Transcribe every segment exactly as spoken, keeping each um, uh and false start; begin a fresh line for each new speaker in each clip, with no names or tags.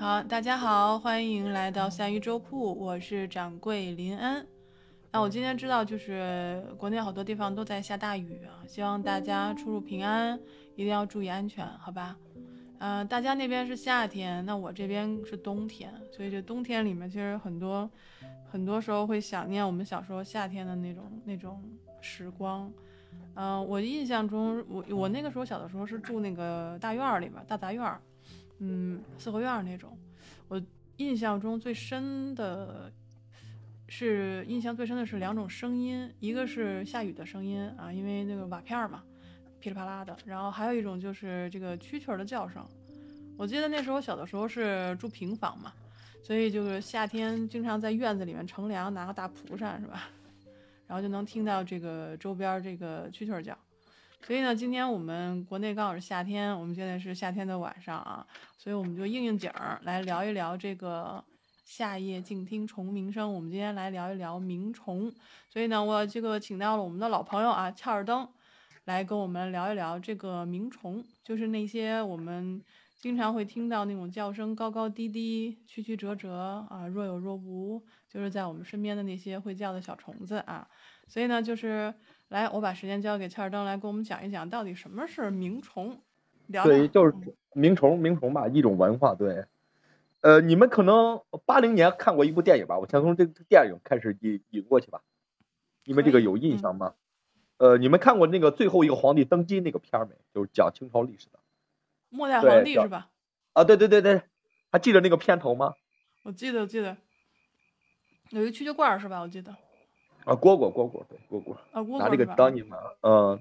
好，大家好，欢迎来到三鱼粥铺，我是掌柜林恩。那我今天知道，就是国内好多地方都在下大雨啊，希望大家出入平安，一定要注意安全，好吧？嗯、呃，大家那边是夏天，那我这边是冬天，所以这冬天里面其实很多很多时候会想念我们小时候夏天的那种那种时光。嗯、呃，我印象中，我我那个时候小的时候是住那个大院里边，大杂院。嗯，四合院那种。我印象中最深的是，印象最深的是两种声音，一个是下雨的声音啊，因为那个瓦片嘛，噼里啪啦的，然后还有一种就是这个蛐蛐的叫声。我记得那时候小的时候是住平房嘛，所以就是夏天经常在院子里面乘凉，拿个大蒲扇是吧，然后就能听到这个周边这个蛐蛐叫。所以呢，今天我们国内刚好是夏天，我们现在是夏天的晚上啊，所以我们就应应景儿来聊一聊这个夏夜静听虫鸣声。我们今天来聊一聊鸣虫，所以呢，我这个请到了我们的老朋友啊，翘尔登，来跟我们聊一聊这个鸣虫，就是那些我们经常会听到那种叫声高高低低、曲曲折折啊，若有若无，就是在我们身边的那些会叫的小虫子啊。所以呢，就是来，我把时间交给切尔登来跟我们讲一讲，到底什么是鸣虫，聊聊。
对，就是鸣虫，鸣虫吧，一种文化。对，呃，你们可能八零年看过一部电影吧？我先从这个电影开始引引过去吧。你们
可以，
这个有印
嗯，
象吗？呃，你们看过那个最后一个皇帝登基那个片儿没？就是讲清朝历史的。
末代皇
对，叫
帝是吧？
啊，对对对对，还记得那个片头吗？
我记得，记得有一蛐蛐罐是吧？我记得
啊，蝈蝈蝈蝈，对蝈蝈，
啊，蝈
拿这个
蝈是吧？啊，
当你们，嗯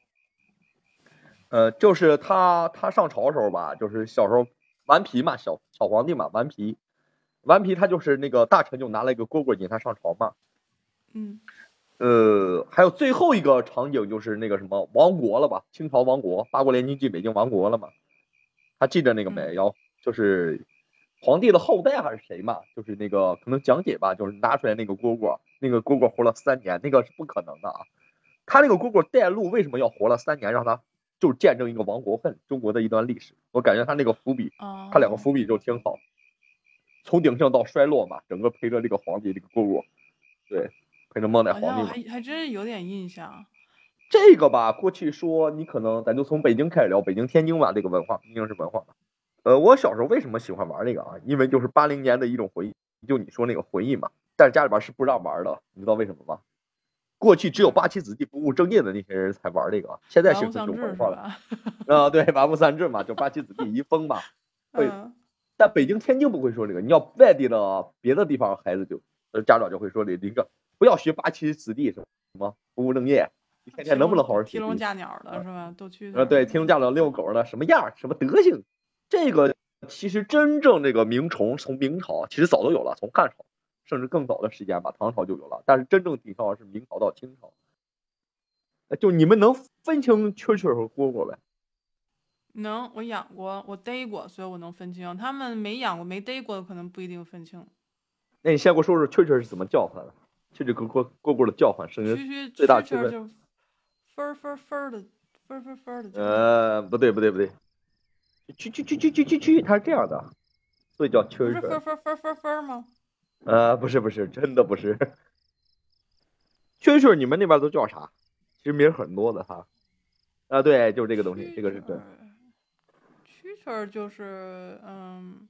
呃，就是他他上朝的时候吧，就是小时候顽皮嘛，小小皇帝嘛，顽皮，顽皮他就是那个大臣就拿了一个蝈蝈引他上朝嘛。
嗯
呃，还有最后一个场景就是那个什么亡国了吧？清朝亡国，八国联军进北京亡国了嘛？还记得那个没？
嗯，
然后就是皇帝的后代还是谁嘛？就是那个可能讲解吧，就是拿出来那个蝈蝈，那个蝈蝈活了三年，那个是不可能的啊。他那个蝈蝈带路为什么要活了三年？让他就是见证一个亡国恨，中国的一段历史。我感觉他那个伏笔，他两个
哦，
伏笔就挺好，从鼎盛到衰落嘛，整个陪着这个皇帝这个蝈蝈，对，陪着末代
好像我
皇帝嘛。
还还真有点印象。
这个吧，过去说你可能咱就从北京开始聊，北京、天津吧，这个文化毕竟是文化。呃，我小时候为什么喜欢玩这个啊？因为就是八零年的一种回忆，就你说那个回忆嘛。但是家里边是不让玩的，你知道为什么吗？过去只有
嗯，
八旗子弟、不务正业的那些人才玩这个，现在
玩物
形成这
丧志是
种文化了。
吧？
啊、对，八不三制嘛，就八旗子弟一封嘛，会。
嗯，
但北京、天津不会说这个，你要外地的别的地方孩子就，呃，家长就会说这这个不要学八旗子弟什么不务正业，你天
提笼
天能不能好好
提笼
学习？
架鸟的是吧？斗蛐蛐
呃，对，
儿的。
听家长遛狗的什么样，什么德行，这个其实真正这个鸣虫从明朝其实早都有了，从汉朝甚至更早的时间吧，唐朝就有了，但是真正顶上是明朝到清朝。呃就你们能分清蛐蛐和蝈蝈呗？
能，我养过，我逮过，所以我能分清。他们没养过、没逮过的，可能不一定分清。
那你先给我说说蛐蛐是怎么叫唤的？蛐蛐和蝈蝈蝈的叫唤声音
蛐蛐
最大
蛐蛐
区分？
儿就分儿分儿分儿的，分儿分儿分儿的叫。
呃，不对不对不对，蛐蛐蛐蛐蛐蛐蛐，它是这样的，所以叫
不是分
蛐蛐。
儿分儿分儿分儿分儿吗？
呃，不是不是，真的不是。蛐蛐你们那边都叫啥？其实名很多的哈。啊，对，就是这个东西，这个是真。
蛐蛐儿，蛐蛐儿就是嗯，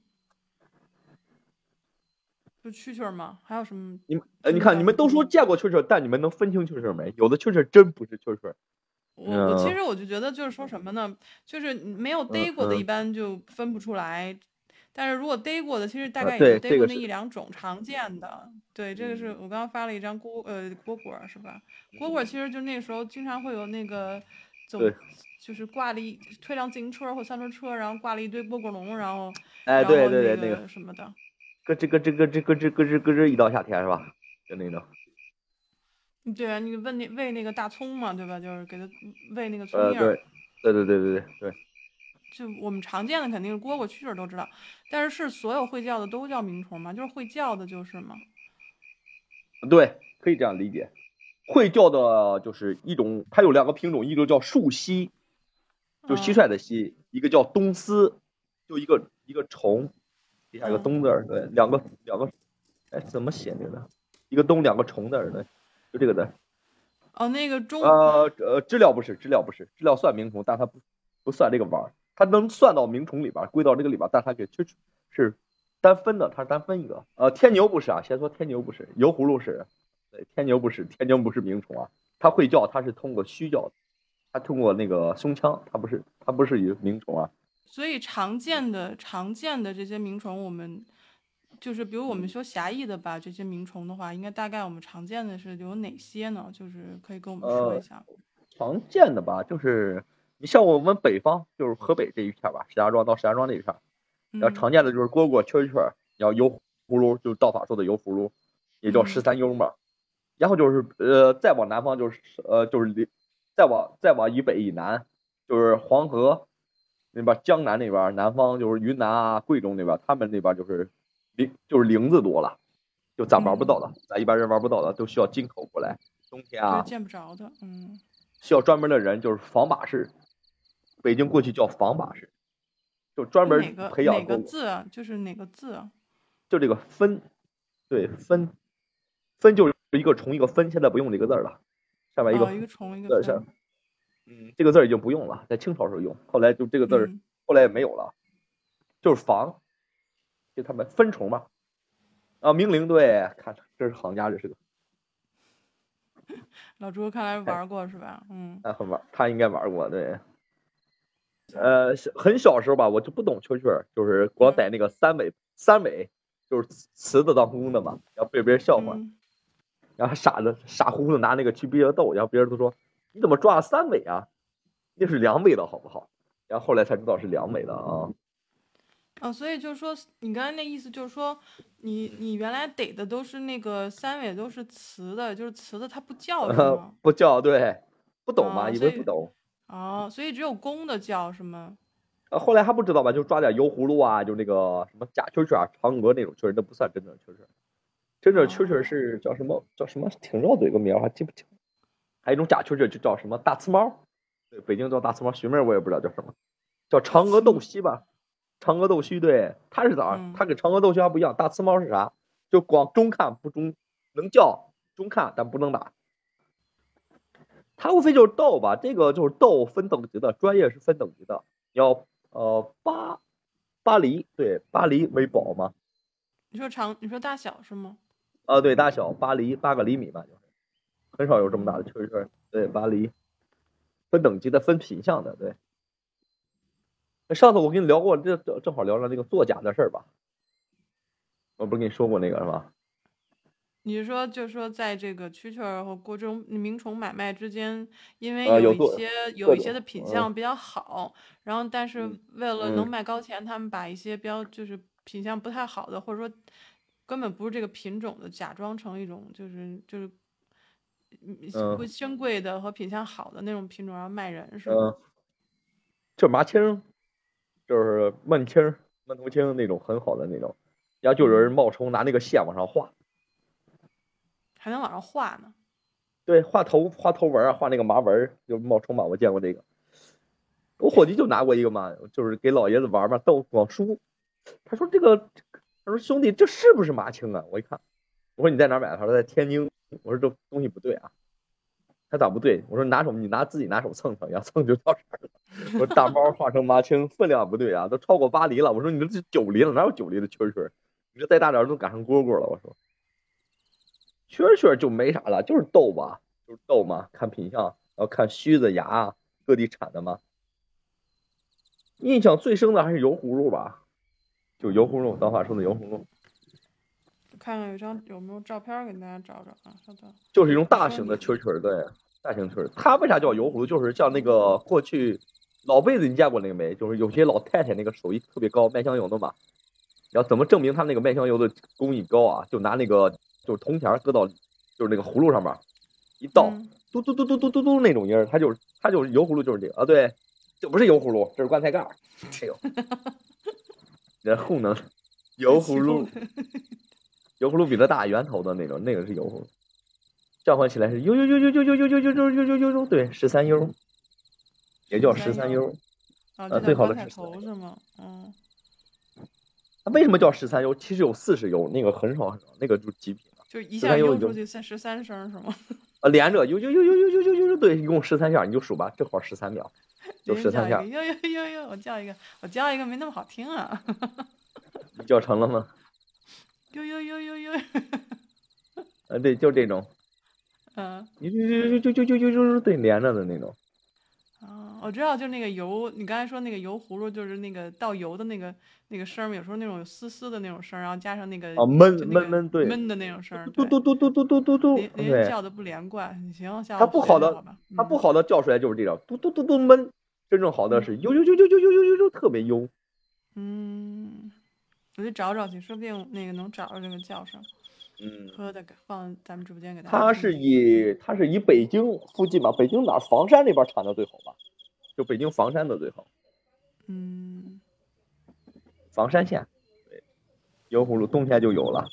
就蛐蛐儿吗？还有什么
你们呃，
什么叫？
你看你们都说见过蛐蛐，但你们能分清蛐蛐没？有的蛐蛐真不是蛐蛐。
我我其
嗯
实我就觉得就是说什么呢？就是没有逮过的，一
嗯嗯，
般就分不出来。但是如果逮过的，其实大
啊，
概也就
对，
逮过那
这个是。
一两种常见的。对，这个是我刚刚发了一张蝈呃蝈蝈是吧？蝈蝈其实就那时候经常会有那个走，
对，
就是挂了一推辆自行车或三轮车，然后挂了一堆蝈蝈笼，然后
哎，
然后那
对对对，那个
个什么的。
咯吱咯吱咯吱咯吱咯吱咯吱，一到夏天是吧？就那种。
对啊，你问那喂那个大葱嘛，对吧？就是给它喂那个葱
呃，
叶儿。
对，对对对对对对
就我们常见的肯定是蝈蝈、蛐蛐都知道，但是是所有会叫的都叫鸣虫吗？就是会叫的，就是吗？
对，可以这样理解。会叫的就是一种，它有两个品种，一种叫树栖，就蟋
嗯
蟀的蟋，一个叫东丝，就一个一个虫。 底下一个东字儿，对，两个两个，哎，怎么写这个的？一个东两个虫字儿，对，就这个字。
哦，那个中
呃呃，知了不是，知了不是，知了算鸣虫，但它不不算这个弯儿，它能算到鸣虫里边，归到这个里边，但它给蛐蛐是单分的，它是单分一个。呃，天牛不是啊，先说天牛不是，油葫芦是，对，天牛不是，天牛不是鸣虫啊，它会叫，它是通过虚叫的，它通过那个胸腔，它不是，它不是一个鸣虫啊。
所以常见的常见的这些鸣虫，我们就是比如我们说狭义的吧，这些鸣虫的话，应该大概我们常见的是有哪些呢？就是可以跟我们说一
呃，
下。
常见的吧，就是你像我们北方，就是河北这一片吧，石家庄到石家庄这一片，然后
嗯
常见的就是蝈蝈、蛐蛐，然后油葫芦，就是道法说的油葫芦，也叫十
嗯
三油嘛。然后就是呃，再往南方就是呃，就是再往再往以北以南，就是黄河那边江南那边，南方就是云南啊、贵州那边，他们那边就是林就是林子多了，就咱玩不
嗯，
到的，咱一般人玩不到的，都需要进口过来。冬天
就是
啊，
见不着的。嗯，
需要专门的人，就是防把式。北京过去叫防把式，就专
是哪
门
个哪个
培养过，
字啊？就是哪个字啊？
就这个分，对分分就是一个虫一个分，现在不用这个字了，上面一个
哦，一个虫一个
字上，
分。
嗯，这个字已经不用了，在清朝时候用，后来就这个字
嗯，
后来也没有了，就是防，就他们分虫嘛。啊，明灵对，看这是行家，这是个，
老朱看来
哎，
玩过是吧？嗯
哎很玩，他应该玩过，对。呃，很小时候吧，我就不懂蛐蛐，就是光逮
嗯
那个三尾，三尾就是雌的当公的嘛，然后被别人笑话，
嗯。
然后傻子傻乎乎的拿那个去别人逗，然后别人都说你怎么抓了三尾啊？那是两尾的好不好？然后后来才知道是两尾的啊。
哦，所以就是说，你刚才那意思就是说，你你原来逮的都是那个三尾都是雌的，就是雌的它不叫是
呃，
吗？
不叫对，不懂嘛，
啊、
以
所以
为不懂。
哦，所以只有公的叫是吗？
呃，后来还不知道吧，就抓点油葫芦啊，就那个什么假蛐蛐啊、嫦娥那种蛐蛐，那不算真正的蛐蛐。真正蛐蛐
哦，
是叫什么？叫什么？挺绕嘴个名，我还记不清。还有一种假蛐蛐就叫什么大刺猫，对，北京叫大刺猫，学名我也不知道叫什么，叫嫦娥
大刺猫。
斗西吧？嫦娥斗须，对，它是咋？
嗯，
它跟嫦娥斗须还不一样。大刺猫是啥？就光中看不中，能叫中看但不能打。它无非就是斗吧，这个就是斗分等级的，专业是分等级的。要呃八八厘，对，八厘为宝嘛。
你说长，你说大小是吗？
啊，对，大小八厘八个厘米嘛，就是很少有这么大的
嗯，
蛐蛐。对，八厘分等级的，分品相的，对。上次我跟你聊过，这正好聊聊那个作假的事儿吧。我不是跟你说过那个是吧？
你是说就是说在这个蛐蛐儿和过这种鸣虫买卖之间，因为
呃，有做
有一些有
各种，
一些的品
嗯
相比较好，然后但是
嗯
为了能
嗯
卖高钱，他们把一些标就是品相不太好的，或者说根本不是这个品种的，假装成一种就是就是嗯贵
嗯
珍贵的和品相好的那种品种，然后卖人是吗？
嗯，就是麻青，就是闷青、闷头青那种很好的那种，然后就有人
嗯，
冒充拿那个线往上画，
还能往上画呢。
对，画头画头纹啊，画那个麻纹，就冒充嘛，我见过这个。我伙计就拿过一个嘛，就是给老爷子玩嘛，逗光叔，他说这个，他说兄弟这是不是麻青啊？我一看，我说你在哪买的？他说在天津。我说这东西不对啊，他咋不对？我说拿手你拿自己拿手蹭蹭，然后蹭就到这儿了。我说大猫化成麻青，分量不对啊，都超过八厘了。我说你这九厘了，哪有九厘的蛐蛐？你这再大点都赶上蝈蝈了。我说蛐蛐就没啥了，就是豆吧，就是豆嘛，看品相，然后看须子牙各地产的嘛。印象最深的还是油葫芦吧，就油葫芦，当话说的油葫芦，
看看有张有没有照片给大家找找啊，稍等。
就是一种
你说你
大型的蛐蛐，对，大型蛐。它为啥叫油葫芦？就是像那个过去老辈子，你见过那个没？就是有些老太太那个手艺特别高，卖香油的嘛。然后怎么证明他那个卖香油的工艺高啊？就拿那个就是铜钱搁到就是那个葫芦上面一倒，
嗯，
嘟嘟嘟嘟嘟嘟嘟那种音儿，它就是它就是油葫芦，就是这个啊，对，这不是油葫芦，这是棺材盖儿。哎呦，这糊弄油葫芦，油葫芦比它大，圆头的那种，那个是油葫芦。召唤起来是呦呦呦呦呦呦呦呦呦呦呦呦呦呦，对，十三悠，也叫十三悠，
啊，
呃，
就叫
最好的
棺材
是十三悠。
头是吗？嗯，
它为什么叫十三悠？其实有四十悠，那个很少很少，那个就极品了。
就一下悠出去三十三声是吗？
啊，连着悠悠悠悠悠悠悠悠悠，对，一共十三下，你就数吧，正好十三秒，就十三下。
悠悠悠悠，我叫一个，我叫一个没那么好听啊。
你叫成了吗？
悠悠悠悠悠。
呃，对，就这种。
嗯。
悠悠悠悠悠悠悠悠，对，连着的那种。
啊，我知道，就那个油，你刚才说那个油葫芦，就是那个倒油的那个那个声，有时候那种有丝丝的那种声，然后加上那个
啊闷闷闷，对，
闷的那种声，
嘟嘟嘟嘟嘟嘟嘟嘟，
您您叫的不连贯，行，
它不好的，它不好的叫出来就是这种嘟嘟嘟嘟闷，真正好的是悠悠悠悠悠悠悠悠悠，特别悠。
嗯，我去找找去，说不定那个能找着这个叫声。
嗯，
喝的放咱们直播间给大家。
它是以它是以北京附近吧，北京哪儿房山那边产的最好吧，就北京房山的最好。
嗯，
房山县，对，油葫芦冬天就有了。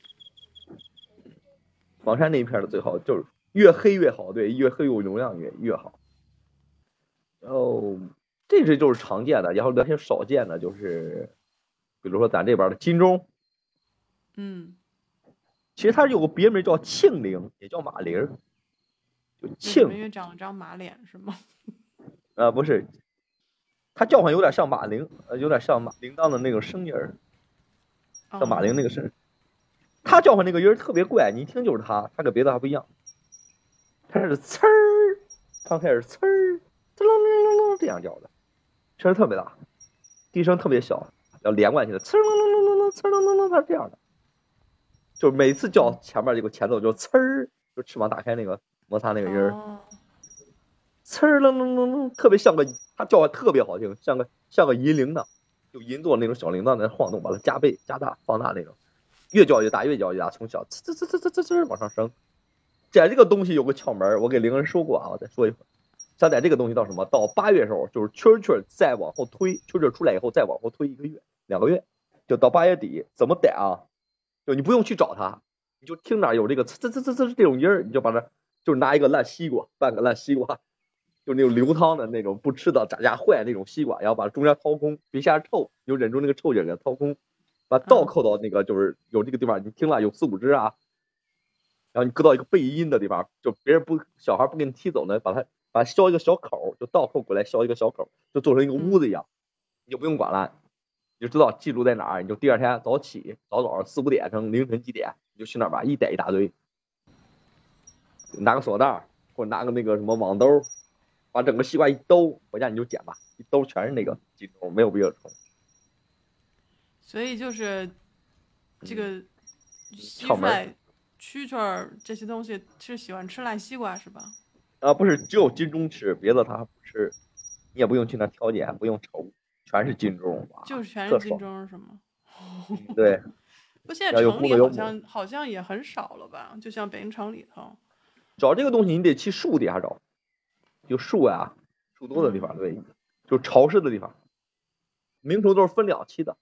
房山那一片的最好，就是越黑越好，对，越黑有容量越越好。然后这只就是常见的，然后那些少见的就是，比如说咱这边的金钟，
嗯，
其实它有个别名叫庆铃，也叫马铃，就庆。
因为长了张马脸是吗？
呃，不是，它叫唤有点像马铃，呃，有点像马铃铛的那个声音儿，像马铃那个声。它叫唤那个音儿特别怪，你一听就是它，它跟别的还不一样。它是呲儿，刚开始呲儿，呲楞楞楞楞这样叫的，声特别大，低声特别小，要连贯起来，呲楞楞楞楞楞，呲楞楞楞，它是这样的。就是每次叫前面这个前奏就呲儿，就翅膀打开那个摩擦那个音儿，呲儿楞楞楞楞，特别像个，它叫唤特别好听，像个像个银铃铛，就银做那种小铃铛在晃动，把它加倍、加大、放大那种，越叫越大，越叫越大，从小呲呲呲呲呲呲呲往上升。在这个东西有个窍门，我给灵人说过啊，我再说一会儿。想在这个东西到什么？到八月时候，就是蛐蛐再往后推，蛐蛐出来以后再往后推一个月、两个月，就到八月底。怎么逮啊？就你不用去找它，你就听哪有这个呲呲呲呲呲这种音儿，你就把它，就是拿一个烂西瓜，半个烂西瓜，就那种流汤的那种不吃的、炸架坏那种西瓜，然后把中间掏空，别下臭，你就忍住那个臭劲给它掏空，把倒扣到那个就是有这个地方，你听了有四五只啊。然后你搁到一个背阴的地方，就别人不小孩不给你踢走呢，把它把它削一个小口，就倒扣过来削一个小口，就做成一个屋子一样，你就不用管了，你就知道记录在哪儿，你就第二天早起早早四五点成凌晨几点，你就去那儿吧，一逮一大堆，拿个锁袋或者拿个那个什么网兜，把整个西瓜一兜，回家你就捡吧，一兜全是那个金虫，没有别的虫。
所以就是这个蟋蟀。蛐蛐儿这些东西是喜欢吃烂西瓜是吧？
啊，不是，只有金钟吃，别的它不吃，你也不用去那挑拣，不用愁，全是金钟，
就是全是金钟是吗？
对。
不，现在城里好像好像也很少了吧？就像北京城里头，
找这个东西你得去树底下找，就树呀、啊，树多的地方，对，就潮湿的地方。鸣虫都是分两期的。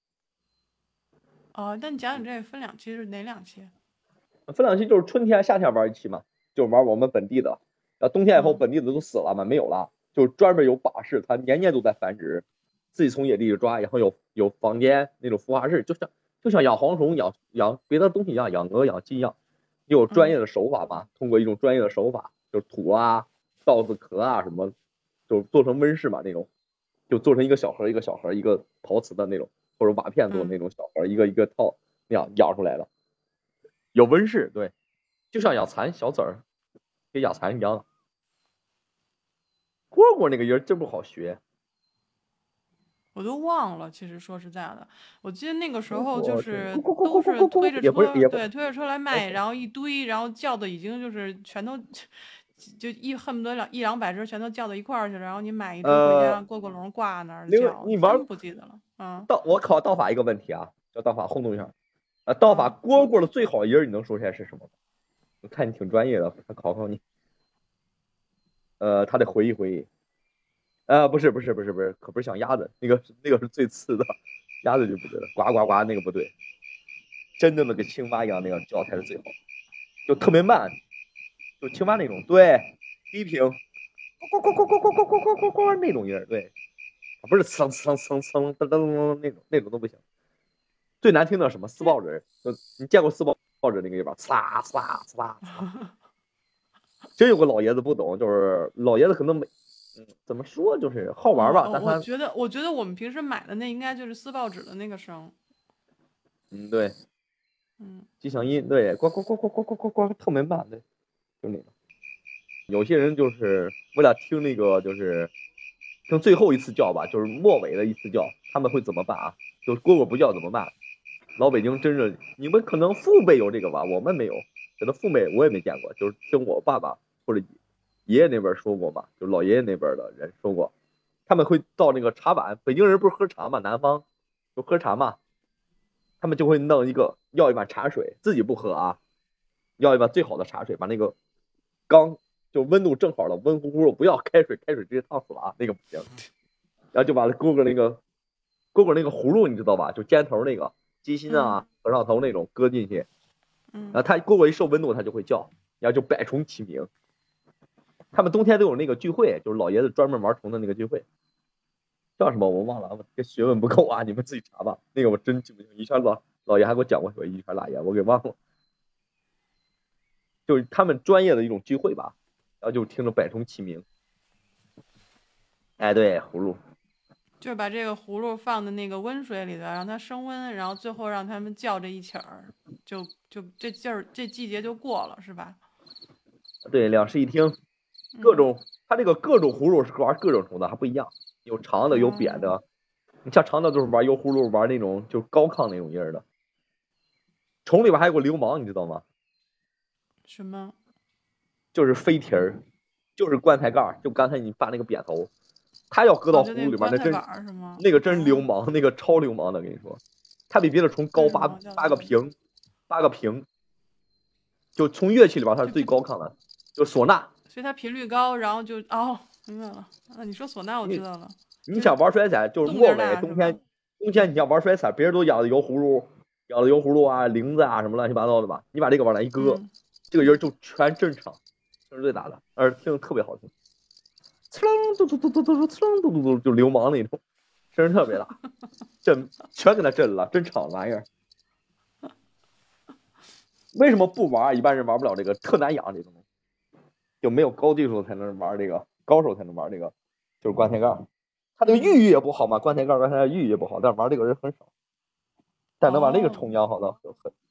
哦，但你讲讲这分两期是哪两期？
分两期就是春天、夏天玩一期嘛，就玩我们本地的。然后冬天以后本地的都死了嘛，没有了，就专门有把式，它年年都在繁殖，自己从野地里抓，然后有有房间那种孵化室，就像就像养蝗虫、养养别的东西一样，养鹅、养鸡一样，有专业的手法嘛。通过一种专业的手法，就是土啊、稻子壳啊什么，就做成温室嘛那种，就做成一个小盒一个小盒一个陶瓷的那种，或者瓦片做的那种小盒，一个一个套那样养出来了。有温室，对，就像养蚕小籽儿，跟养蚕一样的。蝈蝈那个音真不好学，
我都忘了。其实说实在的，我记得那个时候就是都是推着车，对，推着车来卖，然后一堆，然后叫的已经就是全都就一恨不得两一两百只全都叫到一块儿去了，然后你买一只回家，蝈蝈笼挂那儿叫。
你玩
不记得了，嗯。
道我考道法一个问题啊，叫道法轰动一下。啊，道法蝈蝈的最好音你能说出来是什么？我看你挺专业的，他考考你。呃，他得回忆回忆。呃，不是不是不是不是，可不是像鸭子，那个那个是最次的，鸭子就不对了，呱呱呱那个不对，真正的跟青蛙一样那个叫才是最好，就特别慢，就青蛙那种，对，低频，咕咕咕咕咕咕咕咕咕咕咕那种音儿，对，不是蹭蹭蹭蹭噔噔噔那种那种都不行。 最难听的什么撕报纸，就你见过撕报报纸那个地方，呲啦呲啦呲啦呲啦。真有个老爷子不懂，就是老爷子可能没，嗯，怎么说，就是好玩吧。但他
我觉得，我觉得我们平时买的那应该就是撕报纸的那个声。
嗯，对，
嗯，
机响音，对，呱呱呱呱呱呱呱呱，特别慢，对，就那个。有些人就是为了听那个，就是听最后一次叫吧，就是末尾的一次叫，他们会怎么办啊？就是蝈蝈不叫怎么办？老北京真是，你们可能父辈有这个吧，我们没有，可能父辈我也没见过，就是听我爸爸或者爷爷那边说过嘛，就老爷爷那边的人说过，他们会到那个茶碗，北京人不是喝茶嘛，南方就喝茶嘛，他们就会弄一个要一碗茶水，自己不喝啊，要一碗最好的茶水，把那个缸就温度正好的温乎乎，不要开水，开水直接烫死了啊，那个不行。然后就把蝈蝈那个蝈蝈那个葫芦你知道吧，就尖头那个鸡心啊、和尚头那种搁进去，然后它蝈蝈一受温度它就会叫，然后就百虫齐鸣。他们冬天都有那个聚会，就是老爷子专门玩虫的那个聚会，叫什么我忘了，这学问不够啊，你们自己查吧。那个我真记不清，以前老老爷还给我讲过，说一圈腊烟，我给忘了。就是他们专业的一种聚会吧，然后就听着百虫齐鸣。哎，对，葫芦，
就是把这个葫芦放在那个温水里头，让它升温，然后最后让他们叫这一起儿，就就这劲儿，这季节就过了，是吧？
对，两室一厅，各种，它这个各种葫芦是玩各种虫的，还不一样，有长的，有扁的。你像长的就是玩油葫芦，玩那种就高亢那种音儿的。虫里边还有个流氓，你知道吗？
什么？
就是飞蹄儿，就是棺材盖，就刚才你把那个扁头，他要搁到葫芦里边，那真那个真流氓，那个超流氓的，跟你说，他比别的虫高八八个平，八个平，就从乐器里边它是最高亢的，就唢呐。
所以它频率高，然后就哦，明白了。啊，你说唢呐我知道了。
你想玩甩彩，就是末尾冬天，冬天你想玩甩彩，别人都养的油葫芦，养的油葫芦啊、铃子啊什么乱七八糟的吧，你把这个往那一搁，
嗯、
这个音就全正常，声最大的，而且听着特别好听，呲楞嘟嘟嘟嘟嘟，呲楞嘟嘟嘟，就流氓那种，声特别大，震全给他震了，真吵玩意儿。为什么不玩？一般人玩不了这个，特难养这种，就没有高技术才能玩这个，高手才能玩这个，就是棺材盖。他这个寓意也不好嘛，棺材盖棺材盖寓意也不好，但玩这个人很少，但能把这个虫养好的很。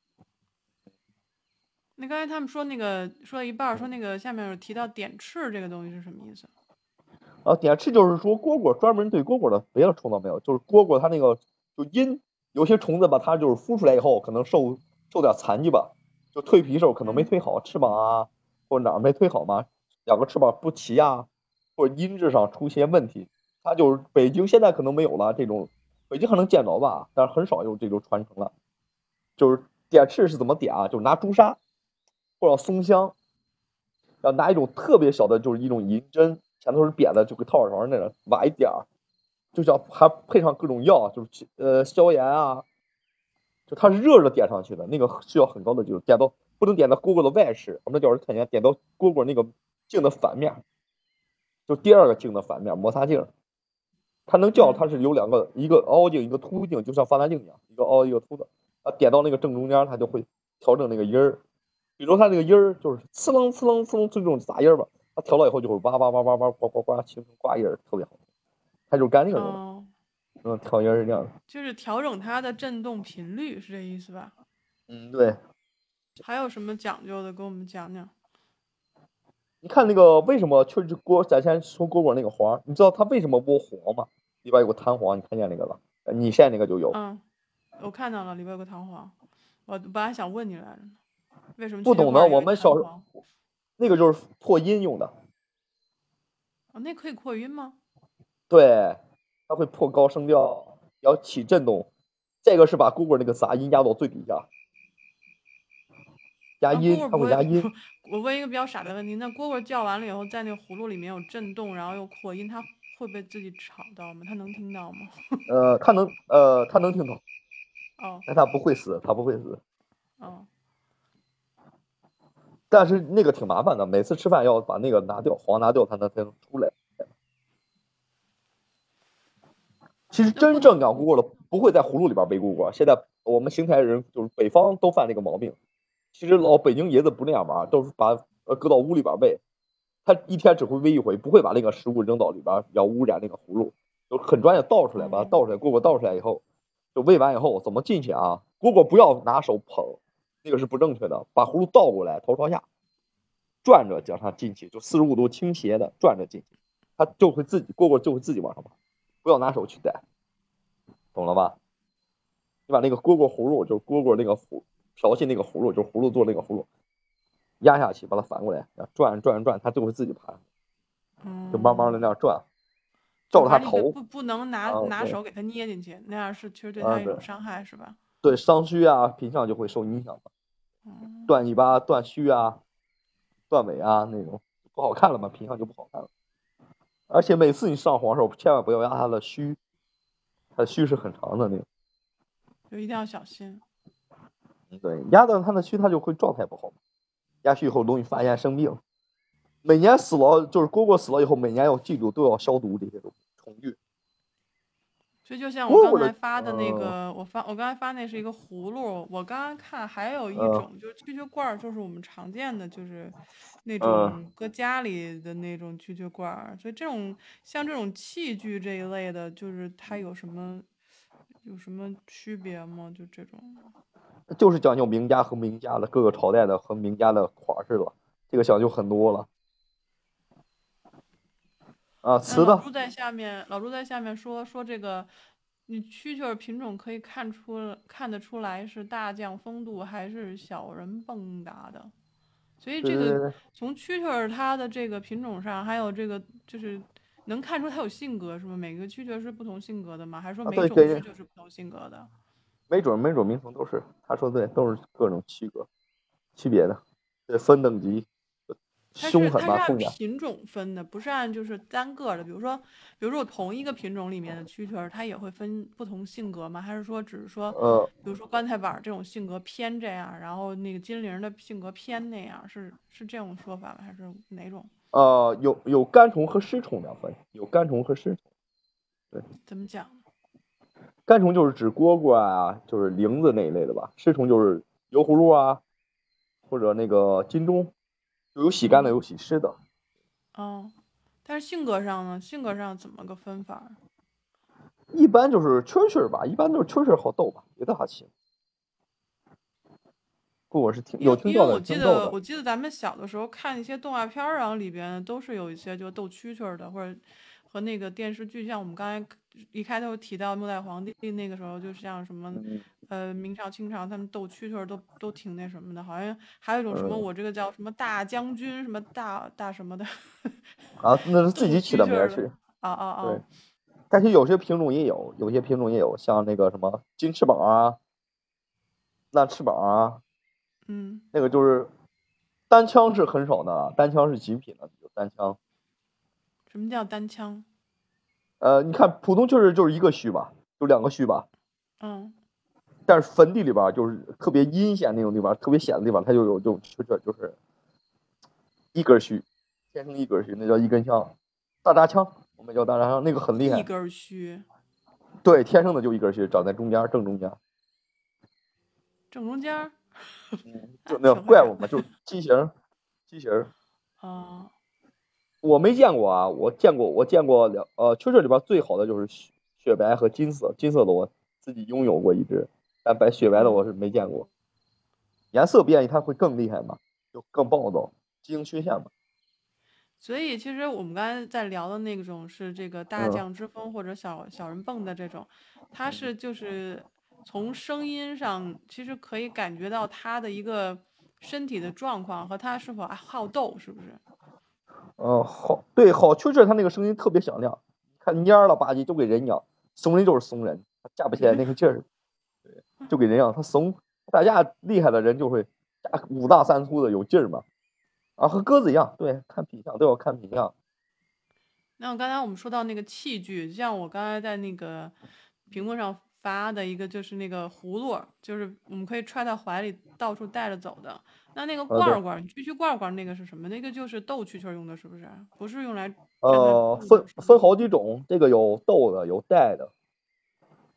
那刚才他们说那个说到一半，说那个下面有提到点翅这个东西是什么意思？
啊，点翅就是说蝈蝈专门对蝈蝈的，别的虫子没有，就是蝈蝈它那个就阴，有些虫子吧，它就是孵出来以后可能受受点残疾吧，就蜕皮时候可能没蜕好，翅膀啊或者哪儿没蜕好嘛，两个翅膀不齐啊，或者音质上出现问题。它就是北京现在可能没有了这种，北京还能见着吧，但是很少有这种传承了。就是点翅是怎么点啊？就是拿朱砂或者松香，然后拿一种特别小的，就是一种银针，前头是扁的，就跟套耳勺那种，挖一点儿，就叫还配上各种药，就是呃消炎啊，就它是热着点上去的，那个需要很高的技术，点到不能点到蝈蝈的外饰，我们教师看见点到蝈蝈那个镜的反面，就第二个镜的反面摩擦镜。它能叫，它是有两个，一个凹镜，一个凸镜，就像放大镜一样，一个凹一个凸的。啊，点到那个正中间，它就会调整那个音儿。比如它那个音儿就是呲楞呲楞呲楞这种杂音儿吧，它调了以后就会哇哇哇哇哇呱呱呱形成呱音儿，特别好听。它就是干这个用的。哦、嗯，调音是这样的。
就是调整它的振动频率，是这意思吧？
嗯，对。
还有什么讲究的，跟我们讲讲。
你看那个为什么就是蝈，咱先说蝈蝈那个黄，你知道它为什么窝黄吗？里边有个弹簧，你看见那个了？你现在那个就有。
嗯，我看到了，里边有个弹簧。我本来想问你来着，为什么
不懂的？我们小时候那个就是扩音用的。
哦，那可以扩音吗？
对，它会破高声调，要起震动。这个是把蝈蝈那个杂音压到最底下。压音，它会压音。
我问一个比较傻的问题，那蝈蝈叫完了以后，在那个葫芦里面有震动，然后又扩音，它会被自己吵到吗？它能听到吗？
呃，它能，呃，它能听到。
哦。
但它不会死，它不会死。
哦。
但是那个挺麻烦的，每次吃饭要把那个拿掉，黄拿掉，它能才能出来。其实真正养蝈蝈的不会在葫芦里边喂蝈蝈。现在我们邢台人就是北方都犯这个毛病，其实老北京爷子不那样玩，都是把呃搁到屋里边喂，他一天只会喂一回，不会把那个食物扔到里边，要污染那个葫芦，就很专业倒出来，把它倒出来，蝈蝈倒出来以后，就喂完以后怎么进去啊？蝈蝈不要拿手捧，那个是不正确的，把葫芦倒过来，头朝下，转着将它进去，就四十五度倾斜的转着进去，它就会自己蝈蝈就会自己往上爬，不要拿手去逮，懂了吧？你把那个蝈蝈葫芦，就是蝈蝈那个葫瓢进那个葫芦，就是葫芦做那个葫芦，压下去，把它反过来，转转转，它就会自己爬，就慢慢的那样转，照着它头，
不不能拿、
啊、
拿手给它捏进去，那样是其实对
啊
它一种伤害，是吧？
对，伤须啊、品相就会受影响嘛，
嗯，
断尾巴、断须啊、断尾啊那种不好看了嘛，品相就不好看了。而且每次你上黄时候，千万不要压它的须，它的须是很长的那种，
就一定要小心。
对，压到它的须，它就会状态不好，压须以后容易发炎生病。每年死了，就是蝈蝈死了以后，每年要记住都要消毒这些东西，虫具。
所以就像我刚才
蝈蝈
发的那
的，
个，我发我刚才发那是一个葫芦，我刚刚看还有一
呃
种就是蛐蛐罐儿，就是我们常见的，就是那
呃
种搁家里的那种蛐蛐罐儿。所以这种像这种器具这一类的，就是它有什么有什么区别吗？就这种。
就是讲究名家和名家的各个朝代的和名家的款式了，这个讲究很多了。啊，瓷的，
那老朱在下面，老朱在下面说说这个，你蛐蛐儿品种可以看出看得出来是大将风度还是小人蹦跶的，所以这个
对对对，
从蛐蛐儿它的这个品种上，还有这个就是能看出它有性格是吗？每个蛐蛐儿是不同性格的吗？还是说
啊
每种蛐
对，给
蛐是不同性格的？
没准没准名称都是，他说对，都是各种区隔区别的，对，分等级，
它是
凶狠吧，
它是按
痛点。
品种分的，不是按就是单个的。比如说，比如说我同一个品种里面的蛐蛐儿，它也会分不同性格吗？还是说只是说，
呃
比如说棺材板儿这种性格偏这样，然后那个金铃儿的性格偏那样，是是这种说法吗？还是哪种？
呃，有有干虫和湿虫两分，有干虫和湿虫。对，
怎么讲？
干虫就是指蝈蝈啊，就是铃子那一类的吧。湿虫就是油葫芦啊，或者那个金钟，就有洗干的，
嗯，
有洗湿的。
哦，但是性格上呢？性格上怎么个分法儿？
一般就是蛐蛐吧，一般都是蛐蛐好逗吧，别的还行。不，我是听
因为因为
有听到的，
我记得
听逗的。
我记得咱们小的时候看一些动画片儿，然后里边都是有一些就斗蛐蛐儿的，或者和那个电视剧，像我们刚才一开头提到末代皇帝那个时候，就是像什么
嗯
呃明朝清朝他们斗蛐蛐儿都都挺那什么的，好像还有一种什么
嗯
我这个叫什么大将军什么大大什么的
啊，那是自
斗
己起
蛐蛐儿的。
的名儿去。
啊啊
对，
啊！
但是有些品种也有，有些品种也有，像那个什么金翅膀啊、烂翅膀啊，
嗯，
那个就是单枪是很少的啊，单枪是极品的，有单枪。
什么叫单枪？
呃，你看普通就是就是一个须吧，就两个须吧，
嗯，
但是坟地里边就是特别阴险那种地方，特别险的地方，它就有这种蛐蛐，就是一根须，天生一根须，那叫一根枪，大扎枪，我们叫大扎枪，那个很厉害。
一根须，
对，天生的就一根须，长在中间正中间。
正中间儿，
嗯，
那
就那
挺会整。
怪物嘛，就是畸形，畸形。
啊，
我没见过啊，我见过，我见过两呃，蛐蛐里边最好的就是雪雪白和金色，金色的我自己拥有过一只，但白雪白的我
嗯。
是没见过。颜色变异它会更厉害嘛，就更暴躁，基因缺陷嘛。
所以其实我们刚才在聊的那种是这个大
嗯
将之风或者小小人蹦的这种，它是就是从声音上其实可以感觉到他的一个身体的状况和他是否爱好斗，是不是？
呃，好，对，好蛐蛐它那个声音特别响亮，看蔫了吧唧就给人养，怂人就是怂人，他架不起来那个劲儿，对，就给人养，他怂，打架厉害的人就会架五大三粗的有劲儿嘛。啊，和鸽子一样，对，看品相都要看品相。
那刚才我们说到那个器具，像我刚才在那个屏幕上发的一个就是那个葫芦，就是我们可以揣到怀里到处带着走的。那那个
呃，对，
罐儿罐儿，蛐蛐罐儿罐儿那个是什么？那个就是斗蛐蛐儿用的，是不是？不是用来让它
呃，
蹦的，
分分
是吗？
好几种，这个有斗的，有带的。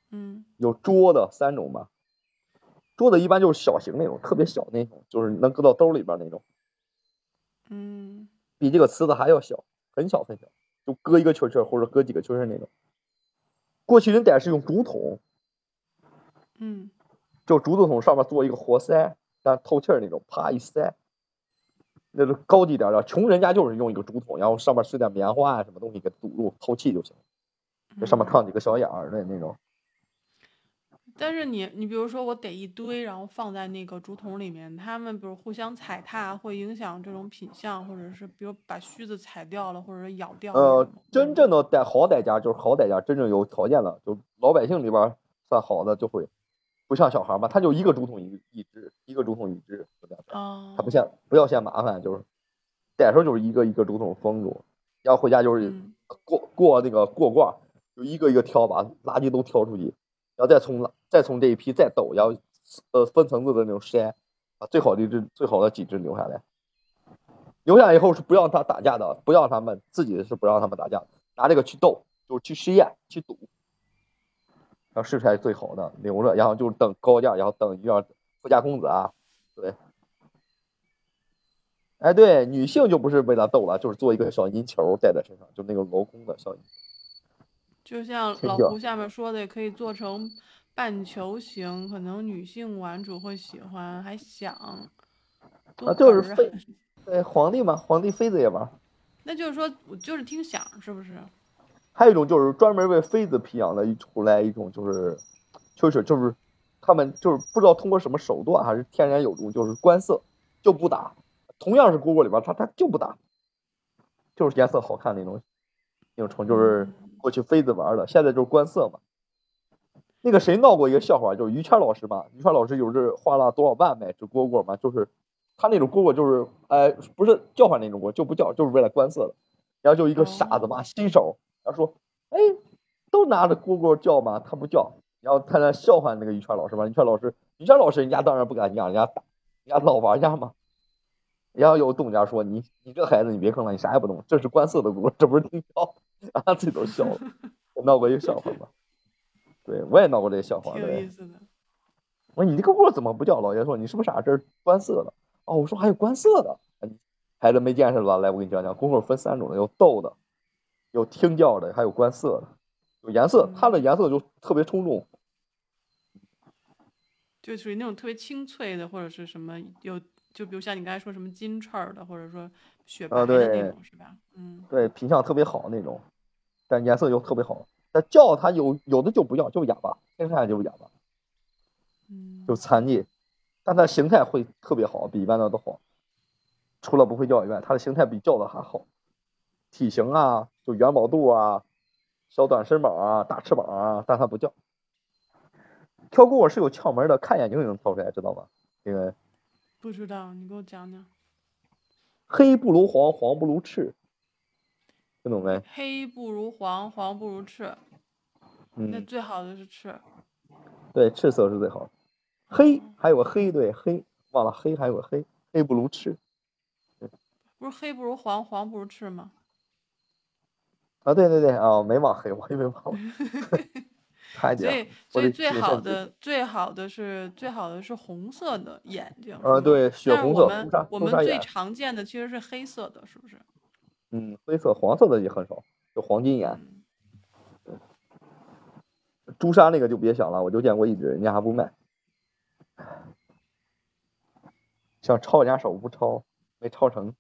嗯
有桌的三种吧。桌子一般就是小型那种，特别小那种，就是能搁到兜里边那种，
嗯
比这个瓷的还要小，很小很小，就搁一个球球或者搁几个球球那种。过去人逮是用竹筒，
嗯
就竹子筒上面做一个活塞，但透气儿那种，啪一塞，那是高级点的。穷人家就是用一个竹筒，然后上面塞点棉花啊什么东西给堵住，透气就行。在上面
嗯。
烫几个小眼儿的那种。
但是你你比如说我逮一堆，然后放在那个竹筒里面，它们比如互相踩踏，会影响这种品相，或者是比如把须子踩掉了，或者是咬掉那种
呃，
吗？
真正的逮好逮家就是好逮家，真正有条件的，就老百姓里边算好的就会，不像小孩嘛，他就一个竹筒一一只，一个竹筒一只，就这样。他不
哦，
嫌不要嫌麻烦，就是逮的时候就是一个一个竹筒封住，然后回家就是
嗯
过过那个过挂，就一个一个挑，把垃圾都挑出去，然后再从再从这一批再抖，然后呃分层次的那种筛，把最好的一只最好的几只留下来。留下以后是不让他打架的，不让他们自己是不让他们打架，拿这个去斗，就是去试验去赌，然后试出来最好的留着，然后就等高价，然后等要富家公子啊，对，哎对，女性就不是为了斗了，就是做一个小银球戴在身上，就那个镂空的小银
就像
听着
老胡下面说的，也可以做成半球形，可能女性玩主会喜欢，还响，多
啊，
哏儿啊！
就是妃，对皇帝嘛，皇帝妃子也玩。
那就是说我就是听响，是不是？
还有一种就是专门为妃子培养的一出来一种就是就是就是他们就是不知道通过什么手段还是天然有毒，就是观色就不打，同样是蝈蝈里边他他就不打，就是颜色好看那种那种虫，就是
嗯
过去妃子玩的，现在就是观色嘛。那个谁闹过一个笑话，就是于谦老师嘛，于谦老师就是花了多少万买只蝈蝈嘛，就是他那种蝈蝈就是哎不是叫唤那种蝈就不叫，就是为了观色的。然后就一个傻子
哦，
嘛，新手，然后说哎都拿着蝈蝈叫嘛，他不叫，然后他在笑话那个于谦老师嘛，于谦老师于谦老师人家当然不敢让人家打，人家老玩家嘛。然后有东家说你你这孩子你别坑了，你啥也不懂，这是观色的蝈蝈，这不是听叫，然后他自己都笑了，闹过一个笑话嘛。对我也闹过这个笑话，
挺有
对。
意思的。
我说你这个蝈怎么不叫？老爷说你是不是傻？这是观色的。哦，我说还有观色的。孩子没见识吧？来，我给你讲讲，蝈蝈分三种，有斗的，有听叫的，还有观色的。有颜色，它的
嗯，
颜色就特别冲重。
就属于那种特别清脆的，或者是什么有，就比如像你刚才说什么金翅儿的，或者说雪
啊、
白的那
对
种，是吧？嗯
对，品相特别好那种，但颜色又特别好。但叫它有有的就不叫，就哑巴，天生下就是哑巴，就
嗯，
残疾，但它形态会特别好，比一般的都好。除了不会叫以外，它的形态比叫的还好，体型啊，就元宝肚啊，小短身膀啊，大翅膀啊，但它不叫。挑蝈蝈是有窍门的，看眼睛就能挑出来，知道吗？因为
不知道，你给我讲讲。
黑不如黄，黄不如赤，听懂没？
黑不如黄，黄不如赤，那
嗯，
最好的是赤。
对，赤色是最好的。黑
哦，
还有个黑，对，黑忘了黑还有个黑，黑不如赤。
不是黑不如黄，黄不如赤吗？
啊，对对对啊，没忘黑，我以为忘了，差一点，
所以，
我这
所以最
谨慎自己。
好的最好的是最好的是红色的眼睛，是
啊，
吗？
对，血
但是
红色，
我们
朱砂
我们最
朱砂眼，
常见的其实是黑色的，是不是？
嗯，灰色、黄色的也很少，就黄金眼。
嗯，
朱砂那个就别想了，我就见过一只，人家还不卖，想抄人家手不抄，没抄成。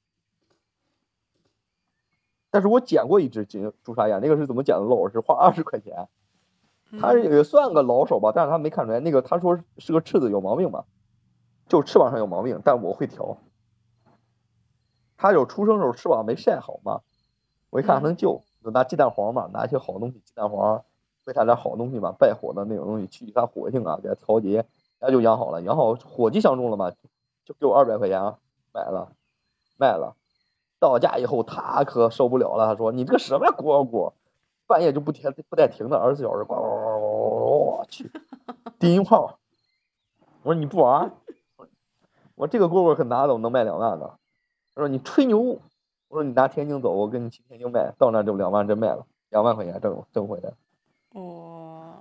但是我捡过一只金朱砂眼，那个是怎么捡的？老是花二十块钱，他
嗯
也算个老手吧，但是他没看出来，那个他说是个翅子有毛病吧，就翅膀上有毛病，但我会调。他有出生时候翅膀没晒好嘛，我一看还能
嗯
救，就拿鸡蛋黄嘛，拿一些好东西，鸡蛋黄喂它点好东西嘛，败火的那种东西去它活性啊，给它调节，然后就养好了，养好火鸡相中了嘛，就给我二百块钱买了卖了。到家以后他可受不了了，他说你这个什么蝈蝈，半夜就不停不带停的二十四小时，呱呱呱呱呱，我去，低音炮。我说你不玩，我说这个蝈蝈可拿走能卖两万的。他说你吹牛，我说你拿天津走，我跟你去天津卖，到那就两万真卖了，两万块钱挣挣回来。
哦，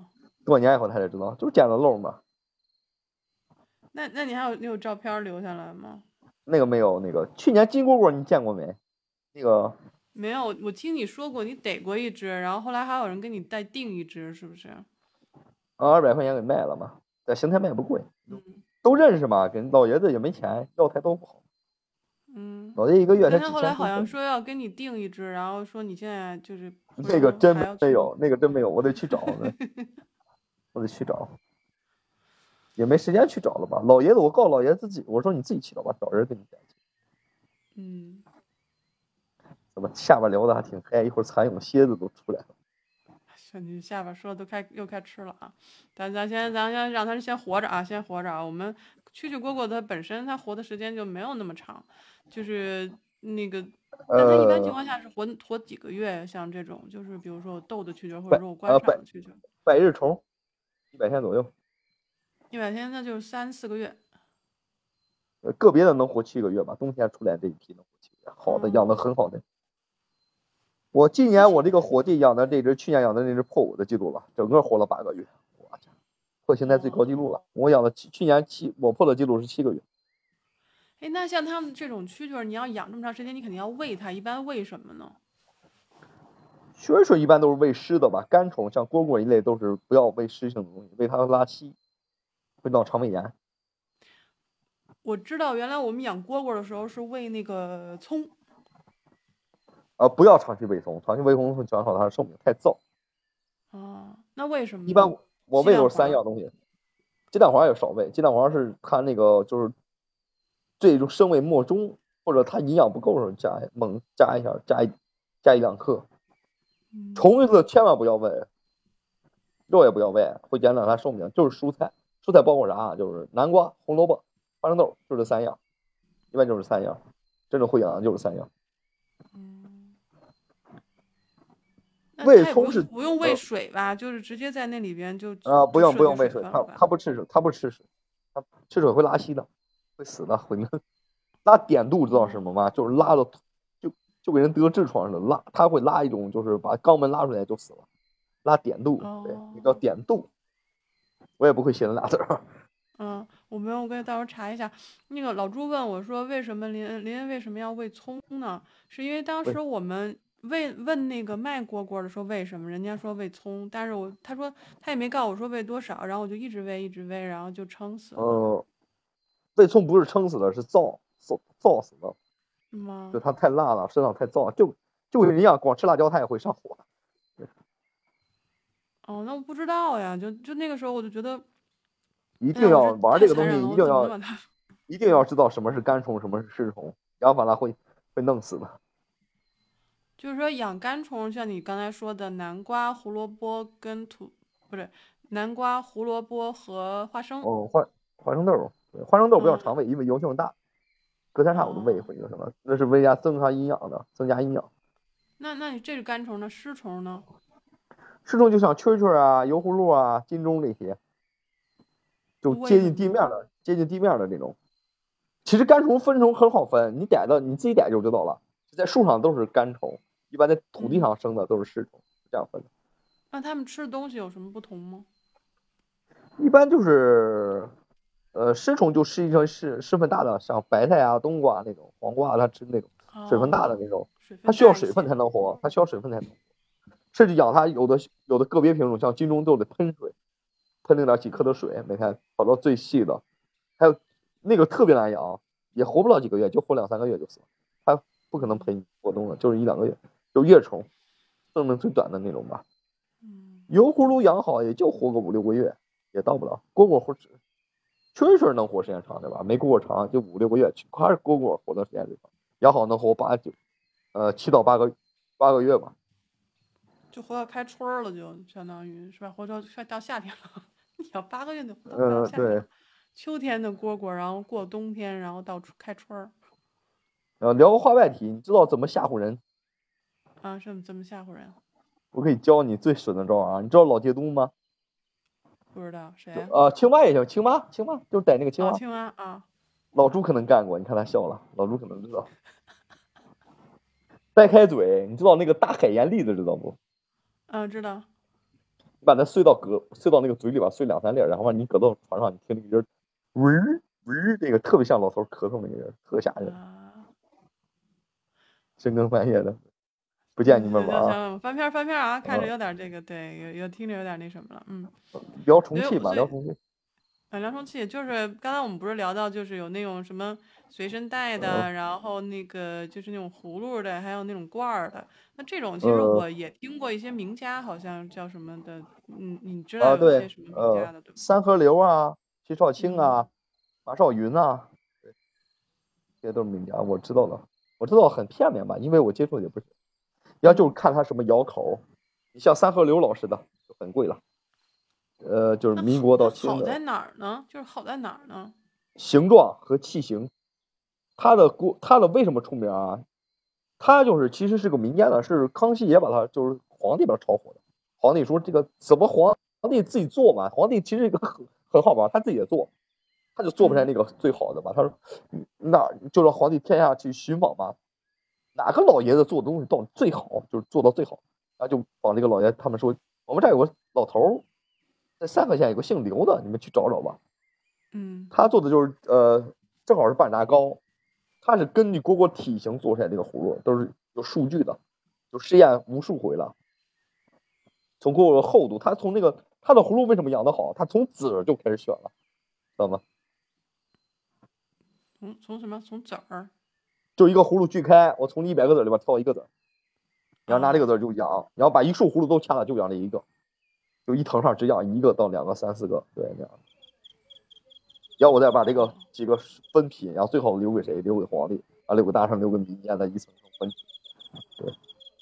多年以后他才知道，就是捡的漏嘛。
那那你还有你有照片留下来吗？
那个没有，那个去年金蝈蝈你见过没？那个
没有，我听你说过你逮过一只，然后后来还有人给你再订一只，是不是？
啊，二百块钱给卖了嘛，在邢台卖不贵，
嗯
都认识嘛，跟老爷子也没钱，要太多不好。
嗯。
老爷一个月才
但他后来好
几千多
像说要给你订一只，然后说你现在就是
那个真
还要
没有，那个真没有，我得去找呢，我得去找，也没时间去找了吧。老爷子，我告诉老爷子自己，我说你自己去找吧，找人给你捡去。
嗯。
怎么下巴聊的还挺嗨，一会儿蚕蛹蝎子都出来了。
是你下边说的都开又开吃了啊，咱咱先咱先让它先活着啊，先活着啊。我们蛐蛐蝈蝈它本身它活的时间就没有那么长，就是那个，但它一般情
呃，
况下是活活几个月，像这种就是比如说我逗的蛐蛐或者
百
说我观
呃百
赏的蛐蛐，
百日虫，一百天左右。
一百天那就是三四个月。
呃个别的能活七个月吧，冬天出来这一批能活七个月，好的养的很好的。我今年我这个火地养的这只，去年养的那只破我的记录了，整个活了八个月，我去，破邢台最高纪录了。我养的七，去年七，我破的记录是七个月。
哎，那像它们这种蛐蛐，你要养这么长时间，你肯定要喂它，一般喂什么呢？
蛐蛐一般都是喂湿的吧，干虫像蝈蝈一类都是不要喂湿性的东西，喂它拉稀，会闹肠胃炎。
我知道，原来我们养蝈蝈的时候是喂那个葱。
呃，不要长期喂葱，长期喂葱会减少它的寿命，太燥。
啊，那为什么呢？
一般我喂都是三
样
样东西，鸡蛋黄也少喂，鸡蛋黄是它那个就是这种生为末中，或者它营养不够的时候加猛加一下，加一加一两克。虫子千万不要喂，肉也不要喂，会减短它寿命。就是蔬菜，蔬菜包括啥？就是南瓜、红萝卜、花生豆，就这三样，一般就是三样。真正会养的就是三样。
嗯，
喂葱是
不用喂水吧？就是直接在那里边就
啊，不用不用喂
水，
它它不吃水，它不吃水，它吃水会拉稀的，会死的，会拉点肚知道什么吗？就是拉到就就给人得痔疮似的拉，它会拉一种就是把肛门拉出来就死了，拉点肚，对，也叫点肚。我也不会写那俩字儿。
嗯，我没有，我给到时候查一下。那个老朱问我说，为什么林恩林恩为什么要喂葱呢？是因为当时我们问问那个卖蝈蝈的说为什么，人家说喂葱，但是我他说他也没告诉我说喂多少，然后我就一直喂一直喂，然后就撑死了。
嗯，喂葱不是撑死的，是燥燥燥死的。
吗？
就它太辣了，身上太燥，就就跟人一样，光吃辣椒它也会上火。
哦，那我不知道呀，就就那个时候我就觉得。
一定要玩这个东西，一定要
它
一定要知道什么是干虫，什么是湿虫，要不然它会会弄死的。
就是说养干虫，像你刚才说的南瓜、胡萝卜跟土，不是南瓜、胡萝卜和花生。
哦，花花生豆，花生豆不要常喂，因为油性大，隔三差五的喂一回就行了。那是为加增强营养的，增加营养。
那那你这是干虫呢？湿虫呢？
湿虫就像蛐蛐啊、油葫芦啊、金钟这些。就接近地面的，接近地面的这种。其实干虫分虫很好分，你逮到你自己逮就知道了。在树上都是干虫，一般在土地上生的都是湿虫，这样分的。
那它们吃的东西有什么不同吗？
一般就是，呃，湿虫就吃一些是水分大的，像白菜啊、冬瓜那种，黄瓜它吃那种水分大的那种，它需要水分才能活，它需要水分才能活。甚至养它有的有的个别品种像金钟都得喷水。喷那点几克的水，每天跑到最细的，还有那个特别难养，也活不了几个月，就活两三个月就死了，它不可能陪你过冬了，就是一两个月，就月虫，寿命最短的那种吧。油葫芦养好也就活个五六个月，也到不了。蝈蝈活，蛐蛐能活时间长对吧？没蝈蝈长，就五六个月，还是蝈蝈活的时间最长，养好能活八九，呃七到八个八个月吧。
就活到开春了，就相当于是吧？活到到夏天了。你要八个月就活到夏天，
对，
秋天的蝈蝈，然后过冬天，然后到开春儿。
呃，聊个话外题，你知道怎么吓唬人？
啊，是怎么吓唬人？
我可以教你最损的招啊！你知道老街都吗？
不知道谁
啊？呃，青蛙也行，青蛙，青蛙就是逮那个青蛙。
哦，青蛙啊。
老朱可能干过，你看他笑了，老朱可能知道。掰开嘴，你知道那个大海盐粒子知道不？
嗯，知道。
你把它碎到嗝，碎到那个嘴里边，碎两三粒，然后你搁到床上，你听那个人，喂喂，那个特别像老头咳嗽那个人，特吓人，
啊，
深更半夜的，不建议你们
就
玩啊。
像翻篇翻篇啊，看着
嗯，
有点这个，对，有有听着有点那什么了，嗯，
聊重
所
气吧，
以所以
聊重气。
啊，疗程器就是刚才我们不是聊到，就是有那种什么随身带
嗯
的，然后那个就是那种葫芦的，还有那种罐儿的。那这种其实
呃
我也听过一些名家，好像叫什么的，嗯，你知道
啊，
有一
对，
些什么名
呃，
家的，对吧？
三河流啊，徐少卿
嗯
啊，马少云啊，对，这些都是名家，我知道的，我知道很片面吧，因为我接触也不是。要就是
嗯，
看他什么窑口，你像三河流老师的就很贵了，呃，就是
那好，
民国
它
到清的
好在哪儿呢？就是好在哪儿呢？
形状和器型，他的锅，他的为什么出名啊？他就是其实是个民间的，是康熙爷把他就是皇帝把他炒火的。皇帝说这个怎么皇皇帝自己做嘛？皇帝其实一个很很好玩，他自己也做，他就做不出来
嗯
那个最好的嘛。他说，那就让皇帝天下去寻访嘛，哪个老爷子做的东西到最好，就是做到最好。然后就帮这个老爷他们说，我们这儿有个老头在三河县有个姓刘的，你们去找找吧。
嗯
他做的就是呃，正好是半扎糕，他是根据蝈蝈体型做出来这个葫芦，都是有数据的，就试验无数回了。从蝈蝈的厚度，他从那个他的葫芦为什么养得好？他从籽儿就开始选了，知道吗？
从从什么？从籽儿？
就一个葫芦锯开，我从一百个籽里边挑一个籽，你要拿这个
哦
籽就养，你要把一束葫芦都掐了就养这一个，就一藤上只养一个到两个、三四个，对，这样。要我再把这个
哦。
几个分品，然后最好留给谁？留给皇帝，啊，留给大圣，留给民间的一层层分品。对，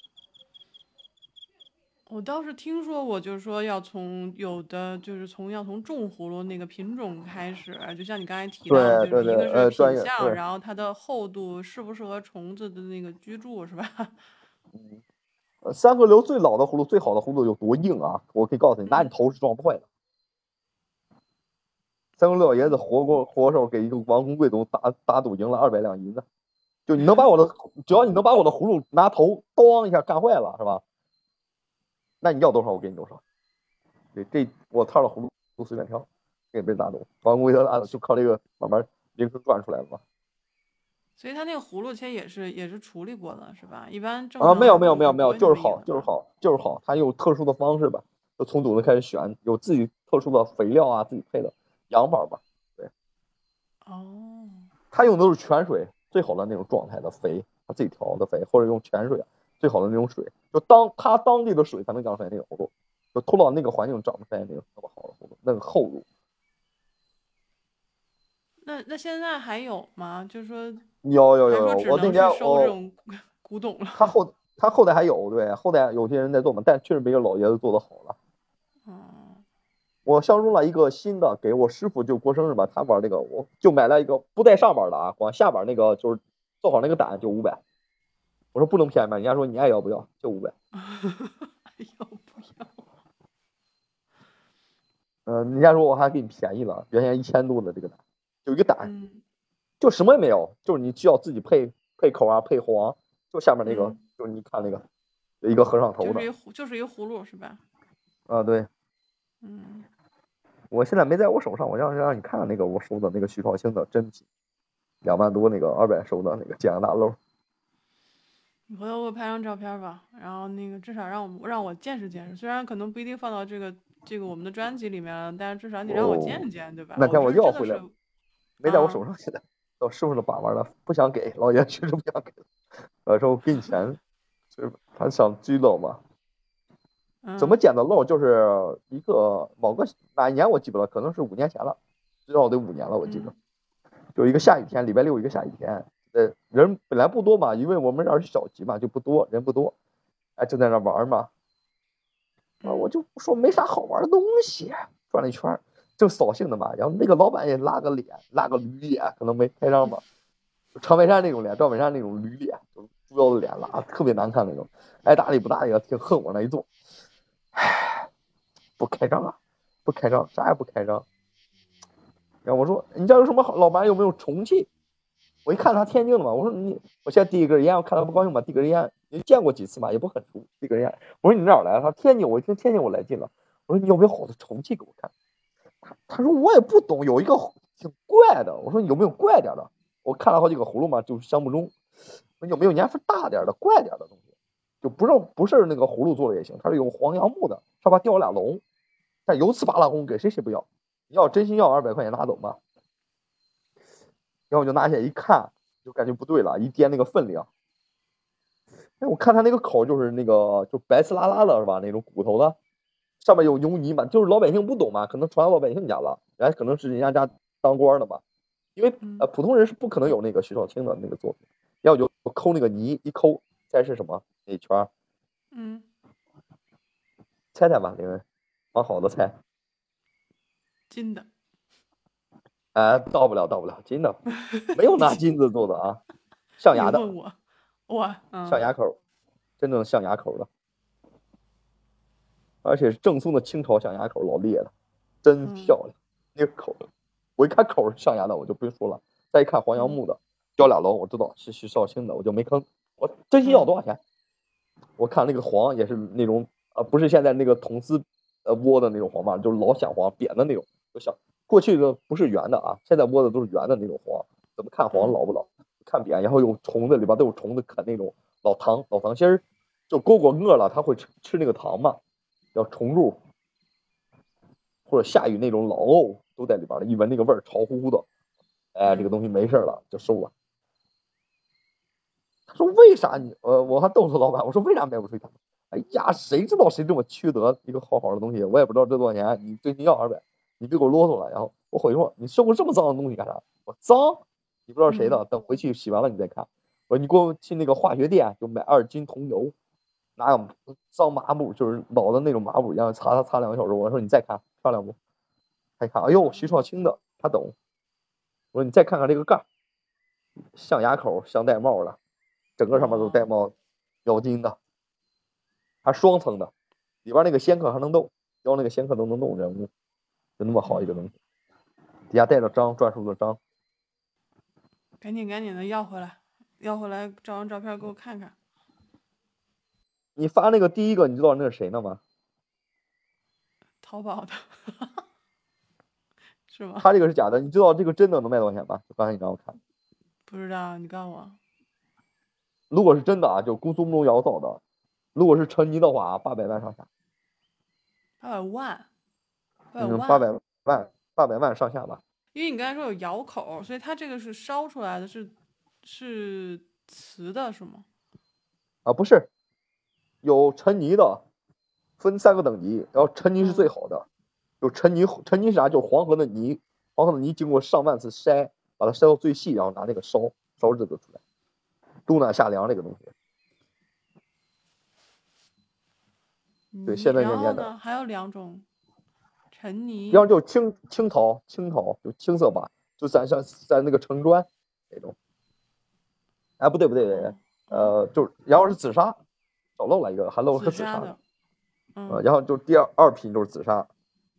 我倒是听说过，就是说要从有的就是从要从种葫芦那个品种开始，就像你刚才提到的，
对对对，
就是一个是
呃，专
品相，
业对，
然后它的厚度适不适合虫子的那个居住，是吧？
嗯，呃三河流最老的葫芦，最好的葫芦有多硬啊？我可以告诉你，拿你
嗯
头是撞不坏的。三河六老爷子
嗯，
活过活时候给一个王公贵族打打赌赢了二百两银子，就你能把我的，只要你能把我的葫芦拿头咣一下干坏了，是吧？那你要多少我给你多少。对，这我套了葫芦都随便挑，给别人打赌，王公贵族打赌就靠这个慢慢名声赚出来了嘛。
所以它那个葫芦其实也是也是处理过的，是吧？一般正
啊，没有
常的
没有没有没有，
葫芦是不会那
就是好
么硬的吧？
就是好就是好，它有特殊的方式吧，就从种子开始选，有自己特殊的肥料啊，自己配的养法吧。对，
哦，
他用的都是泉水，最好的那种状态的肥，他自己调的肥，或者用泉水，最好的那种水，就当他当地的水才能长出来那个葫芦，就拖到那个环境长不出来那个那么好的葫芦，那个厚度。
那那现在还有吗？就是说，
有有有有，
还说只
我那年
能去收这
我
种古董了。
他后他后代还有，对，后代有些人在做嘛，但确实没有老爷子做的好了。
嗯
我相中了一个新的，给我师傅就过生日吧，他玩那个，我就买了一个不带上边的啊，光下边那个就是做好那个胆就五百。我说不能便宜卖，人家说你爱要不要，就五百。
要不要？
嗯、呃，人家说我还给你便宜了，原先一千多的这个胆，就一个胆，
嗯
就什么也没有，就是你需要自己配配口啊，配黄，就下面那个，
嗯，
就是你看那个，有一个和尚头的
就是一葫就是一葫芦是吧？
啊，对。
嗯，
我现在没在我手上，我让让你看看那个我收的那个徐少卿的真品，两万多那个二百收的那个建阳大漏。
你回头给我拍张照片吧，然后那个至少让我让我见识见识，虽然可能不一定放到这个这个我们的专辑里面了，但是至少你让我
哦，
见见，对吧？我
那天我
这真的是
要回来，没在我手
啊，
上，现在到师傅那把玩了，不想给，老爷确实不想给，呃，说我给你钱，就是他想拘漏嘛。怎么
嗯
捡的漏？就是一个某个哪一年我记不得，可能是五年前了，至少得五年了，我记得。
嗯
就一个下雨天，礼拜六一个下雨天，呃，人本来不多嘛，因为我们这儿是小集嘛，就不多，人不多，哎，就在那玩嘛。啊，我
嗯
就说没啥好玩的东西，转了一圈，正扫兴的嘛。然后那个老板也拉个脸，拉个驴脸，可能没开张吧，长白山那种脸，赵本山那种驴脸，就猪腰子脸拉，特别难看那种，爱搭理不搭理的，挺横往那一坐。唉，不开张啊，不开张，啥也不开张。然后我说你家有什么好？老板有没有重庆？我一看他天津的嘛，我说你，我先递一根烟，我看他不高兴嘛，递根烟，你见过几次嘛，也不很熟，递根烟。我说你哪儿来？他说天津，我一听天津我来劲了。 我说你有没有好的重器给我看？他他说我也不懂，有一个挺怪的。我说有没有怪点的？我看了好几个葫芦嘛，就是橡木钟。有没有年份大点的、怪点的东西？就不是不是那个葫芦做的也行，它是用黄杨木的，上面吊俩龙，但油瓷八拉红，给谁谁不要？你要真心要二百块钱拿走吧。然后我就拿起来一看，就感觉不对了，一掂那个分量，哎，我看他那个口就是那个就白呲啦啦的是吧？那种骨头的，上面有油泥嘛，就是老百姓不懂嘛，可能传到老百姓家了，人家可能是人家家当官的嘛，因为呃普通人是不可能有那个徐少卿的那个作品。要我就抠那个泥一抠，猜是什么那一圈？
嗯，
猜猜吧，林文，往好的猜。
金的。
哎，到不了，到不了，金的，没有拿金子做的啊，象牙的，
你问我，我，嗯，
象牙口，真正象牙口的，而且是正宗的清朝象牙口，老烈的，真漂亮。那个口，我一看口是象牙的，我就不用说了。再一看黄杨木的，雕俩龙，我知道是徐少卿的，我就没吭。我真心要多少钱？我看那个黄也是那种啊、呃，不是现在那个铜丝呃窝的那种黄嘛，就是老响黄扁的那种，就像过去的不是圆的啊，现在窝的都是圆的那种黄。怎么看黄老不老？看扁，然后有虫子，里边都有虫子啃那种老糖老糖心儿，就蝈蝈饿了，它会吃吃那个糖嘛，叫虫蛀，或者下雨那种老沤都在里边了，一闻那个味儿潮乎乎的，哎，这个东西没事了就收了。他说为啥你呃，我还逗他老板，我说为啥卖不出去？哎呀，谁知道谁这么缺德，一个好好的东西，我也不知道这多少钱，你真心要二百，你别给我啰嗦了。然后我回去说，你收过这么脏的东西干啥？我脏，你不知道谁的，等回去洗完了你再看。我说你给我去那个化学店就买二斤桐油，拿个脏抹布，就是老的那种抹布一样擦擦擦两个小时。我说你再看漂亮不？他一看，哎呦，徐少卿的，他懂。我说你再看看这个盖，象牙口，像戴帽的，整个上面都带帽，咬金的。它双层的，里边那个仙客还能动，雕那个仙客都能动人物，就那么好一个东西，底下带着章，篆书的章。
赶紧赶紧的要回来，要回来照张照片给我看看。
你发那个第一个，你知道那是谁的吗？
淘宝的，是吗？
他这个是假的，你知道这个真的能卖多少钱吗？刚才你让我看，
不知道，你告诉我。
如果是真的啊，就姑苏慕容瑶造的，如果是陈泥的话，八百万上下。
八百万，八百
嗯，
万，
八百万，八百万上下吧。
因为你刚才说有窑口，所以它这个是烧出来的是是瓷的，是吗？
啊，不是，有陈泥的，分三个等级，然后陈泥是最好的。就陈泥，陈泥是啥？就是黄河的泥，黄河的泥经过上万次筛，把它筛到最细，然后拿那个烧烧制的出来，冬暖夏凉这个东西。对，现在年年的。
然后呢，还有两种，陈泥。
要就青青陶，青陶就青色吧，就咱像咱那个城砖那种。哎，不对不对对，呃，就然后是紫砂，少漏了一个，还漏了个紫砂
的。
嗯，然后就第二二品就是紫砂。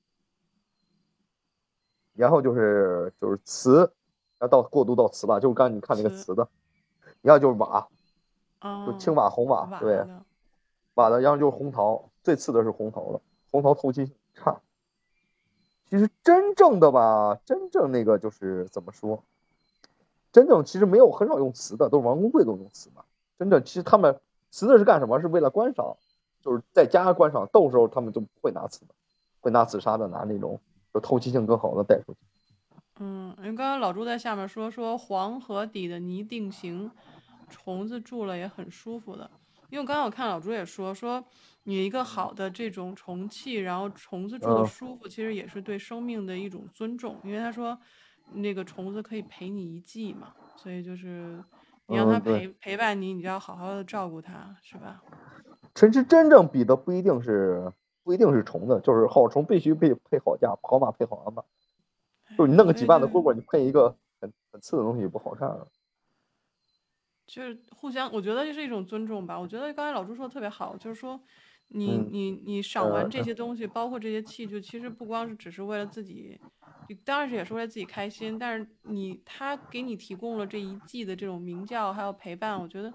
然后就是就是瓷，要到过渡到瓷了，就刚你看那个瓷的，然后就是瓦，就青瓦红瓦，对，瓦的，然后就是红陶，最次的是红陶了，红陶透气差。其实真正的吧，真正那个就是怎么说，真正其实没有很少用瓷的，都是王公贵族用瓷嘛。真正其实他们瓷的是干什么？是为了观赏，就是在家观赏，斗时候他们就不会拿瓷的，会拿紫砂的，拿那种。就透气性更好的带出去。
嗯，因为刚刚老朱在下面说说黄河底的泥定型，虫子住了也很舒服的。因为刚刚我看老朱也说说你一个好的这种虫器，然后虫子住的舒服，其实也是对生命的一种尊重。因为他说那个虫子可以陪你一季嘛，所以就是你让它陪、
嗯、
陪伴你，你就要好好的照顾它，是吧？
其实真正比的不一定是不一定是虫子，就是好虫必须配配好架，好马配好鞍马。就是你弄个几万的蝈蝈，你配一个很很次的东西不好看了。
就是互相，我觉得这是一种尊重吧。我觉得刚才老朱说的特别好，就是说你、
嗯、
你你赏完这些东西，呃、包括这些器具，其实不光是只是为了自己，当然是也是为了自己开心。但是你他给你提供了这一季的这种鸣叫还有陪伴，我觉得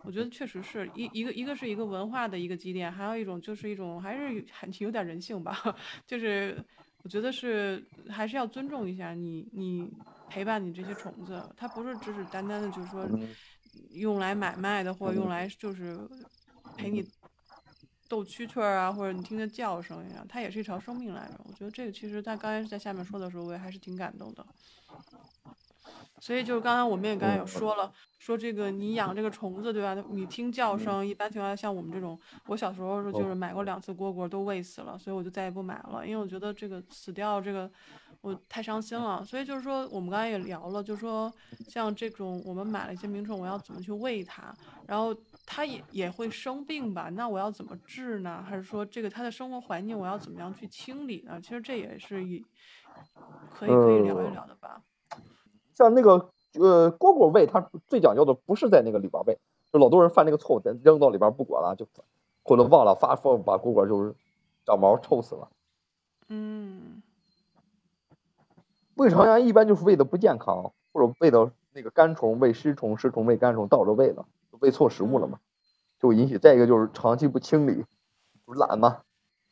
我觉得确实是一一个一个是一个文化的一个积淀，还有一种就是一种还是还有点人性吧，就是我觉得是还是要尊重一下你你陪伴你这些虫子，它不是只是单单的就是说
嗯
用来买卖的，或者用
嗯
来就是陪
嗯
你逗蛐蛐儿啊，或者你听着叫声一样，它也是一条生命来着。我觉得这个其实他刚才在下面说的时候，我也还是挺感动的。所以就是刚才我们也刚才有
嗯
说了，说这个你养这个虫子，对吧？你听叫
嗯
声，一般情况下像我们这种，我小时候就是
嗯
买过两次蝈蝈，都喂死了，所以我就再也不买了，因为我觉得这个死掉这个我太伤心了。所以就是说，我们刚才也聊了，就是说像这种我们买了一些名宠，我要怎么去喂它，然后它也也会生病吧？那我要怎么治呢？还是说这个它的生活环境我要怎么样去清理呢？其实这也是一可以可以聊一
呃，
聊的吧。
像那个呃蝈蝈喂，它最讲究的不是在那个里边喂，就老多人犯那个错误，扔到里边不管了，就或者忘了发疯，把蝈蝈就是长毛臭死了。
嗯。
胃肠炎一般就是喂的不健康，或者喂的那个干虫喂湿虫，湿虫喂干虫，倒着喂了，喂错食物了嘛，
嗯，
就会引起。再一个就是长期不清理，就是懒嘛。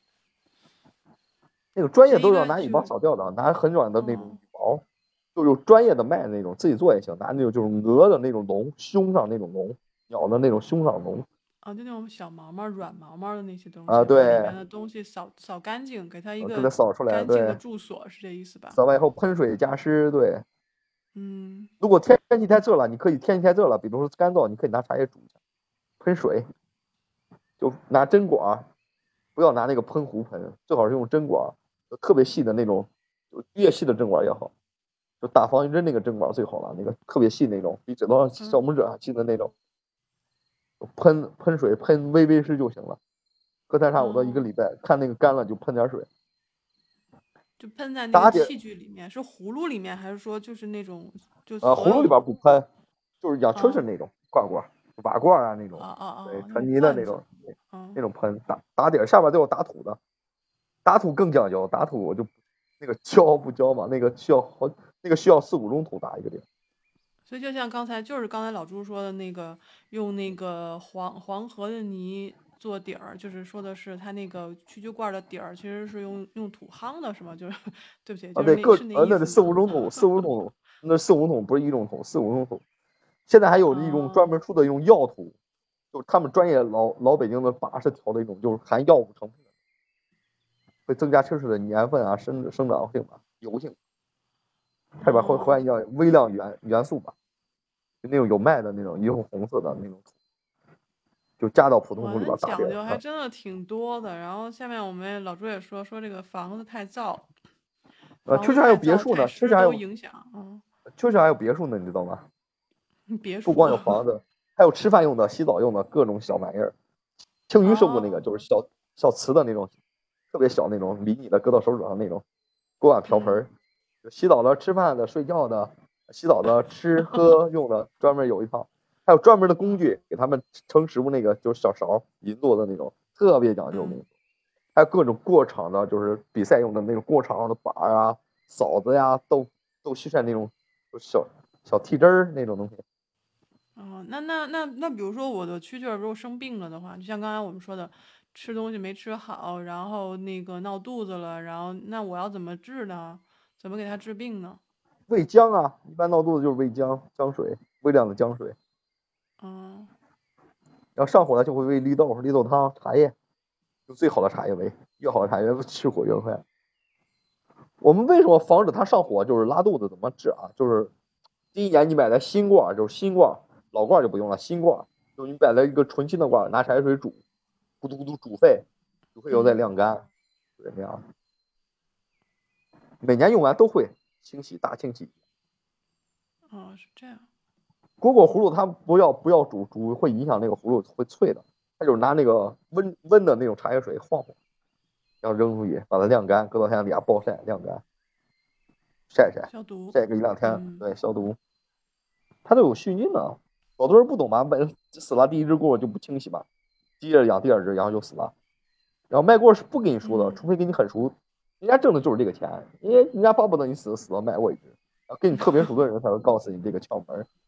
那个专业
所以一
都是要拿羽
个就
毛扫掉的，拿很软的那种
哦
羽毛，就有专业的卖那种，自己做也行，拿那种就是鹅的那种脓，胸上那种脓，鸟的那种胸上脓
啊，就那种小毛毛、软毛毛的那些东
啊，
西，把里
对，
面的东西扫扫干净，给它一
呃给它
个
扫出来，
干净的
对，
住所，是这意思吧？
扫完以后喷水加湿，对。
嗯
如果天气太热了，你可以天气太热了，比如说干燥，你可以拿茶叶煮一下，喷水，就拿针管，不要拿那个喷壶喷，最好是用针管，就特别细的那种，就越细的针管越好，就打防晕针那个针管最好了，那个特别细那种，比指头上小
嗯
拇指还细的那种，喷喷水喷微微湿就行了，隔三差五到一个
哦，
礼拜，看那个干了就喷点水，
就喷在那个
打点
器具里面，是葫芦里面，还是说就是那种就
呃葫芦里
所有
边不喷，就是养蛐蛐
啊
那种罐罐瓦罐啊那
啊
种，
啊啊那
对，沉
种罐子，
泥的那种，
嗯
那种喷打打底儿，下边都有打土的，打土更讲究，打土我就那个浇不浇嘛，那个需要好，那个需要四五种土打一个地儿。
所以就像刚才就是刚才老朱说的那个，用那个黄黄河的泥做底儿，就是说的是它那个蛐蛐罐的底儿其实是用用土夯的，是吗？就是对不起，
啊，
就是
对，各
那是那
呃那得四
意思吗？
五种土，四五种土，那四五种土不是一种土，四五种土。现在还有一种专
哦
门出的用药土，就是他们专业老老北京的把式调的一种，就是含药物成分的，会增加车室的年份啊、生生长性啊、油性，它里边会
哦，
含一样微量元元素吧，就那种有卖的那种，一种红色的那种土，就加到普通
哇，
土里
那
边打底儿。
讲究还
啊，
真的挺多的。然后下面我们老朱也说说这个房子太燥，
呃，
房
确实还有
子太燥
别墅呢，确
太湿
实还有，
都影响。嗯，
确实还有别墅呢，你知道吗？
别墅
不光有房子，还有吃饭用的、洗澡用的各种小玩意儿。青鱼收过那个，
哦，
就是小小瓷的那种，特别小那种，离你的搁到手指上那种锅碗瓢
嗯，
盆，洗澡的、吃饭的、睡觉的、洗澡的、吃喝用的，专门有一套。还有专门的工具给他们盛食物，那个就是小勺，银做的那种，特别讲究那
嗯
种。还有各种过场的，就是比赛用的那种过场上的把啊、扫子呀、豆豆蟋蟀那种小小替针儿那种东西。
哦，那那那那，比如说我的蛐蛐儿如果生病了的话，就像刚才我们说的，吃东西没吃好，然后那个闹肚子了，然后那我要怎么治呢？怎么给它治病呢？
喂姜啊，一般闹肚子就是喂姜，姜水，微量的姜水。
嗯
然后上火了就会喂绿豆、绿豆汤、茶叶，用最好的茶叶喂，越好的茶叶去火越快。我们为什么防止它上火？就是拉肚子怎么治啊？就是第一年你买的新罐，就是新罐，老罐就不用了，新罐就是你买了一个纯新的罐，拿茶水煮，咕嘟咕嘟煮沸，煮沸以后再
嗯，
晾干，对，这样。每年用完都会清洗大清洗。
哦，是这样。
蝈蝈葫芦它不要不要煮，煮会影响那个葫芦会脆的。它就是拿那个温温的那种茶叶水晃晃，然后扔出去，把它晾干，搁到太阳底下暴晒晾干，晒晒，
消毒。
晒个一两天，
嗯
对，消毒。它都有细菌呢，好多人不懂嘛，买死了第一只蝈蝈就不清洗嘛，接着养第二只，然后就死了。然后卖蝈是不跟你说的，
嗯，
除非跟你很熟，人家挣的就是这个钱，因为人家巴不得你死死了卖我一只，然后跟你特别熟的人才会告诉你这个窍门。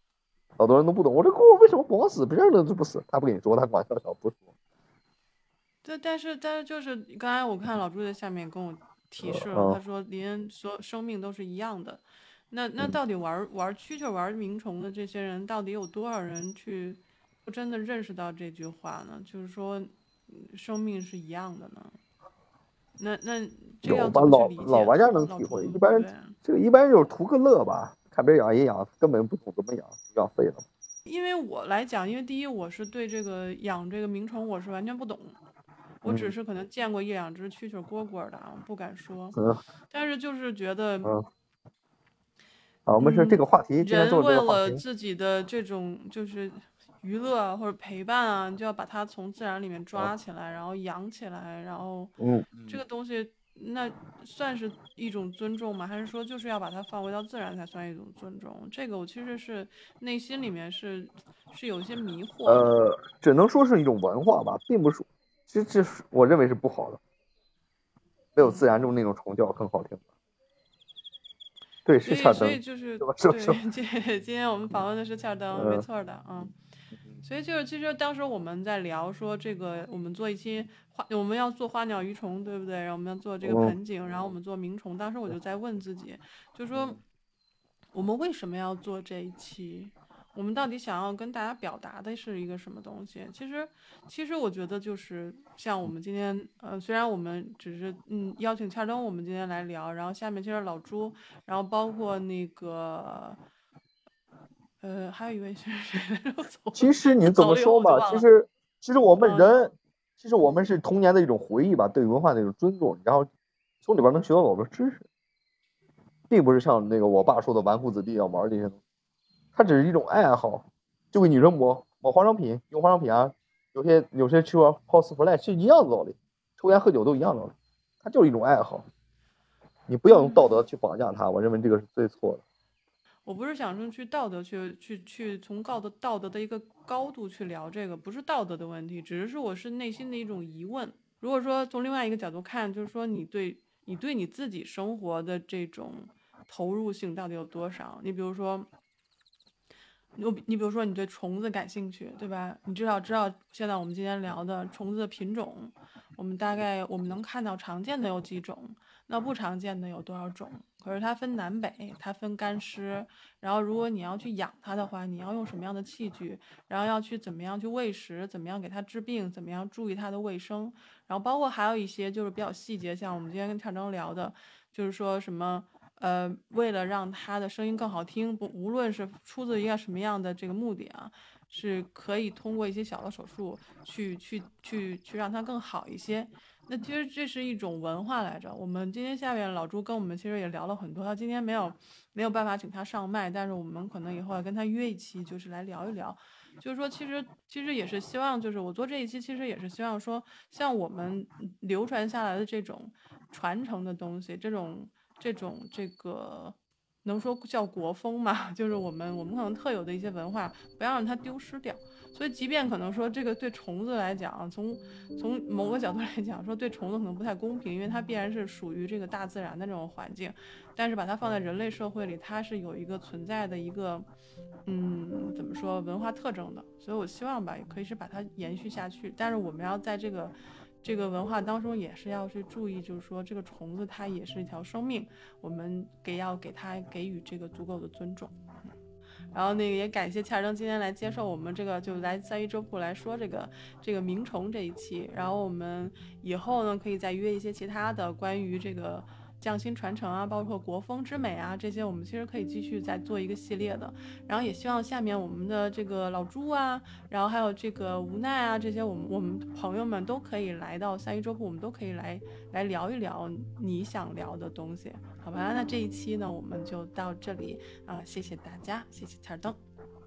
好多人都不懂，我这蝈蝈为什么光死不认了就不死？他不跟你说，他管笑笑不说。
对，但是但是就是刚才我看老朱在下面跟我提示了，
嗯
他说林所生命都是一样的。那那
嗯
到底玩玩蛐蛐玩鸣虫的这些人，到底有多少人去真的认识到这句话呢？就是说，嗯生命是一样的呢？那那这个要
有吧？
怎么去
老
理解呢？
老玩家能
老
体会，
朱，
一般人
对，
这个一般人就是图个乐吧，看别人养一养，根本不懂怎么养，就养废了。
因为我来讲，因为第一我是对这个养这个鸣虫我是完全不懂，我只
嗯
是可能见过一两只蛐蛐蝈蝈的啊，不敢说，
嗯
但是就是觉得。
嗯，好，没事，这
嗯，
个话题今天做这
人为
个话题，
了自己的这种就是娱乐啊或者陪伴啊，你就要把它从自然里面抓起来，然后养起来，然后
嗯
这个东西那算是一种尊重吗？还是说就是要把它放回到自然才算一种尊重？这个我其实是内心里面是是有一些迷惑的。
呃，只能说是一种文化吧，并不是，其实这是我认为是不好的，没有自然中那种虫叫更好听。对，
所以，所以
是欠灯，
就是
是吧？是吧？
对，
是吧？
这今天我们访问的是切尔登，没
嗯
错的，嗯。所以就是，其实当时我们在聊说这个，我们做一期花，我们要做花鸟鱼虫，对不对？然后我们要做这个
嗯
盆景，然后我们做鸣虫。当时我就在问自己，就说我们为什么要做这一期？我们到底想要跟大家表达的是一个什么东西？其实，其实我觉得就是像我们今天，呃，虽然我们只是嗯邀请切尔登，我们今天来聊，然后下面其实老朱，然后包括那个。呃，还有一位是谁来着？我走了，
其实你怎
走了以后
么说吧，
我就忘了。
其实其实我们
嗯，
人，其实我们是童年的一种回忆吧，对文化的一种尊重，然后从里边能学到好多知识，并不是像那个我爸说的纨绔子弟要玩这些东西，它只是一种爱好，就跟女人抹抹化妆品用化妆品啊，有些有些去玩 cosplay 是一样的道理，抽烟喝酒都一样的道理，它就是一种爱好，你不要用道德去绑架它，我认为这个是最错的。
我不是想说去道德去去去从道德道德的一个高度去聊这个，不是道德的问题，只是说我是内心的一种疑问。如果说从另外一个角度看，就是说你对你对你自己生活的这种投入性到底有多少？你比如说。你你比如说你对虫子感兴趣，对吧？你至少知道现在我们今天聊的虫子的品种，我们大概我们能看到常见的有几种，那不常见的有多少种？可是它分南北，它分干湿，然后如果你要去养它的话，你要用什么样的器具，然后要去怎么样去喂食，怎么样给它治病，怎么样注意它的卫生，然后包括还有一些就是比较细节，像我们今天跟畅征聊的，就是说什么。呃，为了让他的声音更好听，不无论是出自一个什么样的这个目的啊，是可以通过一些小的手术去去去去让它更好一些。那其实这是一种文化来着。我们今天下面老朱跟我们其实也聊了很多，他今天没有没有办法请他上麦，但是我们可能以后要跟他约一期，就是来聊一聊。就是说，其实其实也是希望，就是我做这一期，其实也是希望说，像我们流传下来的这种传承的东西，这种。这种这个能说叫国风嘛？就是我们我们可能特有的一些文化，不要让它丢失掉。所以，即便可能说这个对虫子来讲，从从某个角度来讲，说对虫子可能不太公平，因为它必然是属于这个大自然的这种环境，但是把它放在人类社会里，它是有一个存在的一个，嗯，怎么说文化特征的。所以我希望吧，也可以是把它延续下去，但是我们要在这个。这个文化当中也是要去注意，就是说这个虫子它也是一条生命，我们给要给它给予这个足够的尊重。然后那个也感谢切尔登今天来接受我们这个就来三一周铺来说这个这个鸣虫这一期，然后我们以后呢可以再约一些其他的关于这个匠心传承啊，包括国风之美啊，这些我们其实可以继续再做一个系列的。然后也希望下面我们的这个老朱啊，然后还有这个无奈啊，这些我们我们朋友们都可以来到三一周铺，我们都可以来来聊一聊你想聊的东西，好吧？那这一期呢，我们就到这里啊、呃，谢谢大家，谢谢切尔登，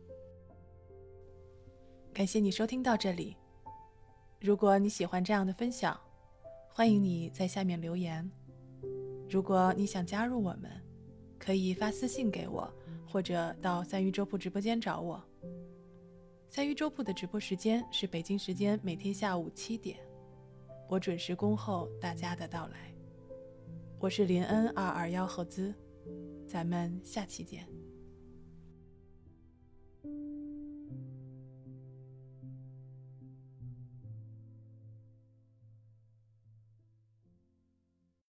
感谢你收听到这里。如果你喜欢这样的分享，欢迎你在下面留言。如果你想加入我们，可以发私信给我，或者到三鱼周铺直播间找我。三鱼周铺的直播时间是北京时间每天下午七点，我准时恭候大家的到来。我是林恩二二幺赫兹，咱们下期见。